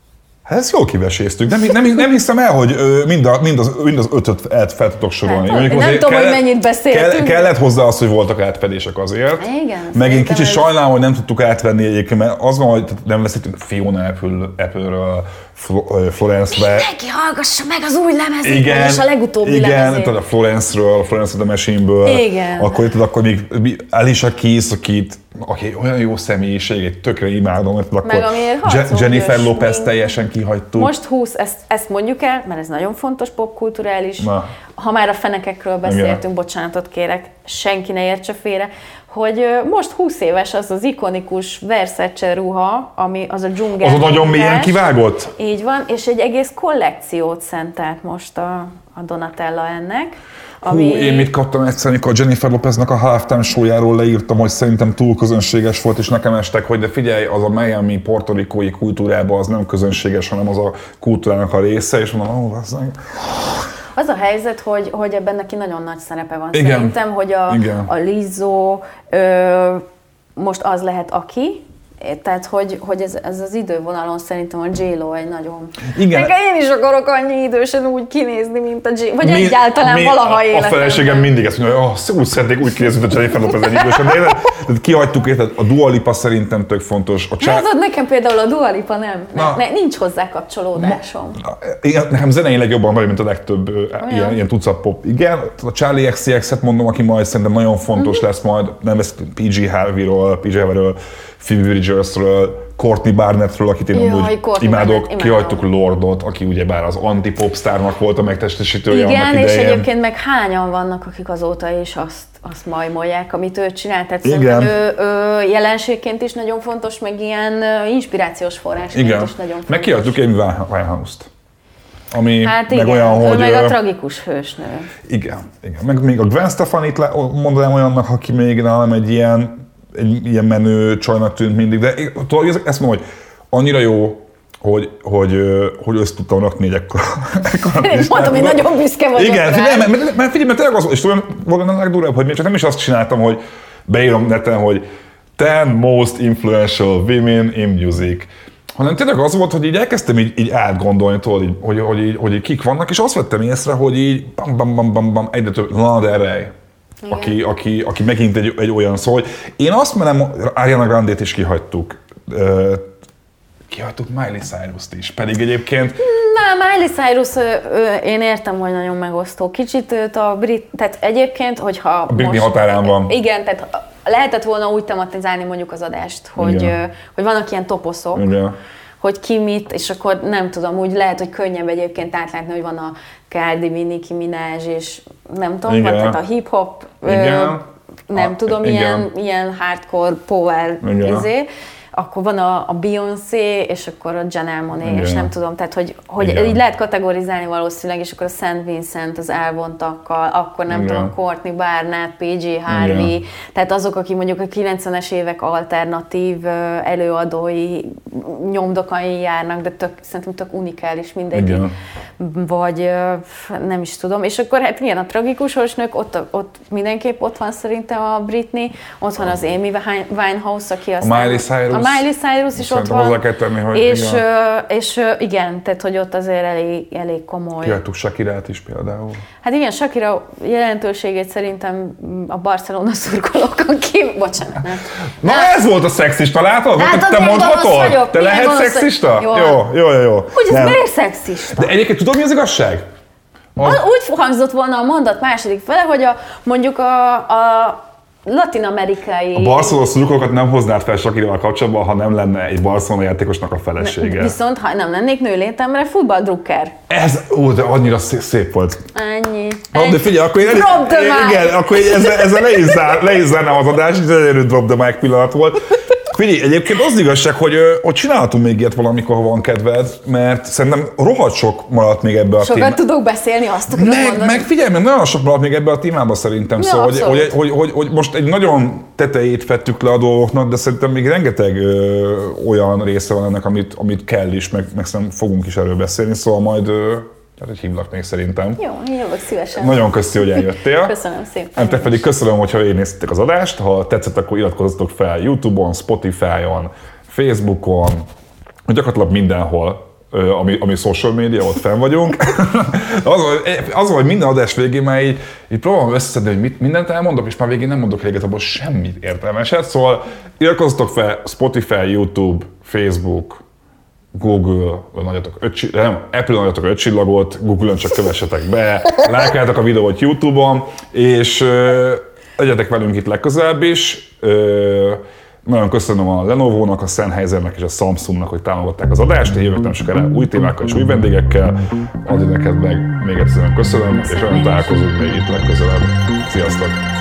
Hát ezt jól kiveséztük. Nem, nem, nem hiszem el, hogy mind, a, mind, az, mind az ötöt el fel tudok sorolni. Hát, nem tudom, kellett, hogy mennyit beszéltünk. Kell, kellett hozzá az, hogy voltak átfedések azért. Igen. Meg én kicsit ez... sajnálom, hogy nem tudtuk átvenni egyébként, mert az van, hogy nem veszítünk Fiona Apple-ről, Florence-be. Mindenki hallgassa meg az új lemezét, igen, és a legutóbbi igen, lemezét. Igen, a Florence-ről, a Florence the Machine-ből. Igen. Akkor, tudod, akkor még Alicia Keys, akit, aki olyan jó személyiség, egy tökre imádom, mert akkor Je- Jennifer Lopez teljesen kihagytuk. Most húsz, ezt, ezt mondjuk el, mert ez nagyon fontos popkulturális. Na. Ha már a fenekekről beszéltünk, igen. Bocsánatot kérek, senki ne értse félre, hogy most húsz éves az az ikonikus Versace ruha, ami az a dzsungel. Az a nagyon mélyen kivágott? Így van, és egy egész kollekciót szentelt most a, a Donatella ennek. Ami... Hú, én mit kaptam egyszer, amikor Jennifer Lopeznek a halftime showjáról leírtam, hogy szerintem túl közönséges volt, és nekem estek, hogy de figyelj, az a Miami portorikói kultúrában az nem közönséges, hanem az a kultúrának a része, és mondom, ó, az nem... Az a helyzet, hogy, hogy ebben neki nagyon nagy szerepe van. Igen. Szerintem, hogy a, a Lizzo ö, most az lehet aki, tehát, hogy, hogy ez, ez az idővonalon szerintem a J-Lo egy nagyon... Igen. Nekem én is akarok annyi idősen úgy kinézni, mint a J-Lo, vagy mi, egyáltalán mi, valaha a, életemben. A feleségem mindig ezt mondja, hogy oh, úgy szeretnék úgy kinézni, mint a Jennifer Lopez egy idősen, de én, kihagytuk, érted, a Dua Lipa szerintem tök fontos. A csá... Hát nekem például a Dua Lipa nem, ne, ne, nincs hozzá kapcsolódásom. Ma, nekem zeneileg jobban vagy, mint a legtöbb ilyen, ilyen tucat pop. Igen, a Charlie X C X-et mondom, aki majd szerintem nagyon fontos mm-hmm. lesz majd, nem ezt P G Harvey-ról, P G Harvey-ről, Phoebe Bridgers-ről, Courtney Barnettről, akit én amúgy imádok, kihagytuk Lordot, aki ugyebár az anti-popstárnak volt a megtestesítője annak idején. Igen, és egyébként meg hányan vannak, akik azóta is azt, azt majmolják, amit ő csinált. Tehát igen. szerintem ő, ő jelenségként is nagyon fontos, meg ilyen inspirációs forrásként igen. is nagyon fontos. Meg kihagytuk Amy Winehouse-t. Ami hát meg igen, olyan, ő hogy... meg a tragikus hősnő. Igen, igen. Meg még a Gwen Stefani-t mondanám olyannak, aki még nálam egy ilyen egy ilyen menő csajnak tűnt mindig, de tudod, ezt mondom, hogy annyira jó, hogy, hogy, hogy össze tudtam rakni egy ekkora. Én mondom, hogy nagyon büszke vagyok. Igen, figyelj, mert, mert, mert figyelj, mert tényleg az, és tudom, valami a legdurvább, hogy még csak nem is azt csináltam, hogy beírom neten, hogy ten most influential women in music, hanem tényleg az volt, hogy így elkezdtem így, így átgondolni, tudod, így, hogy, hogy, így, hogy így kik vannak, és azt vettem észre, hogy így bam, bam, bam, bam, bam, egyre több Lana Del Rey. Aki, aki, aki megint egy, egy olyan szó, hogy én azt merem, Ariana Grande-t is kihagytuk. Uh, kihagytuk Miley Cyrus-t is, pedig egyébként... Na, Miley Cyrus, ő, ő, én értem, hogy nagyon megosztó. Kicsit őt a brit... Tehát egyébként, hogyha a Britney most, határán van. Igen, tehát lehetett volna úgy tematizálni mondjuk az adást, hogy, hogy vannak ilyen toposzok, igen. hogy ki mit, és akkor nem tudom, úgy lehet, hogy könnyebb egyébként átlátni, hogy van a Cardi B, Nicki Minaj, és nem tudom, van, tehát a hip-hop, ö, nem a, tudom, ilyen, ilyen hardcore power izé. Akkor van a, a Beyoncé, és akkor a Janelle Monáe, és nem tudom, tehát hogy, hogy így lehet kategorizálni valószínűleg, és akkor a Saint Vincent az elvontakkal, akkor nem igen. tudom, Courtney Barnett, P J Harvey, igen. tehát azok, akik mondjuk a kilencvenes évek alternatív előadói nyomdokai járnak, de tök, szerintem tök unikális mindegyik. Igen. Vagy nem is tudom. És akkor hát ilyen a tragikus hősnök, ott, ott mindenképp ott van szerintem a Britney, ott van az Amy Winehouse, aki aztán... A Miley Cyrus. A Miley Cyrus is ott van, tenni, hogy és, igen. és igen, tehát hogy ott azért elég, elég komoly. Kihagytuk Shakirát is például. Hát igen, Shakira jelentőségét szerintem a Barcelona szurkolókon kívül, bocsánat, nem. Na nem. Ez volt a szexista, látod? Hát te mondhatod? Vagyok, te lehet szexista? Jó, jó, jó. jó. Hogy ez miért szexista? De egyébként tudod, mi az igazság? Az... Úgy hangzott volna a mondat második fele, hogy a, mondjuk a, a latin-amerikai... A Barcelona szurkolókat nem hoznád fel Shakirával kapcsolatban, ha nem lenne egy Barcelona játékosnak a felesége. Viszont ha nem lennék nőlétemre futballdrukker. Ez, ó, de annyira szép, szép volt. Ennyi. Oh, de figyelj, akkor én elég, igen, akkor én ezzel, ezzel le is, zár, le is zárnám az adást, és ez drop the mic pillanat volt. Figyelj, egyébként az igazság, hogy, hogy csinálhatunk még ilyet valamikor, ha van kedved, mert szerintem rohadt sok maradt még ebbe a témába. Sokat tudok beszélni, azt akarom meg, mondani. Meg figyelj, mert nagyon sok maradt még ebbe a témába szerintem. Ja, szóval, hogy, hogy, hogy, hogy, hogy most egy nagyon tetejét fettük le a dolgoknak, de szerintem még rengeteg ö, olyan része van ennek, amit, amit kell is, meg, meg szerintem fogunk is erről beszélni, szóval majd... Ö, tehát, hogy hívlak még szerintem. Jó, jövök szívesen. Nagyon köszi, hogy eljöttél. Köszönöm szépen. Te pedig köszönöm, hogyha végignéztétek az adást. Ha tetszett, akkor iratkozzatok fel YouTube-on, Spotify-on, Facebookon, gyakorlatilag mindenhol ami, ami social media, ott fenn vagyunk. az, az, hogy minden adás végén már így, így próbálom összeszedni, hogy mit, mindent elmondok, és már végén nem mondok igazából semmit értelmeset. Szóval iratkozzatok fel Spotify, YouTube, Facebook, Google, nagyotok öt, nem, Apple nagyotok öt csillagot, Google-on csak kövessetek be, lájkáljátok a videót YouTube-on, és ö, legyetek velünk itt legközelebb is. Ö, nagyon köszönöm a Lenovo-nak, a Sennheisernek és a Samsungnak, hogy támogatták az adást. Én jövök nem sokára új témákkal és új vendégekkel. Addig neked meg még egyszer köszönöm, köszönöm, és olyan találkozunk még itt legközelebb. Sziasztok!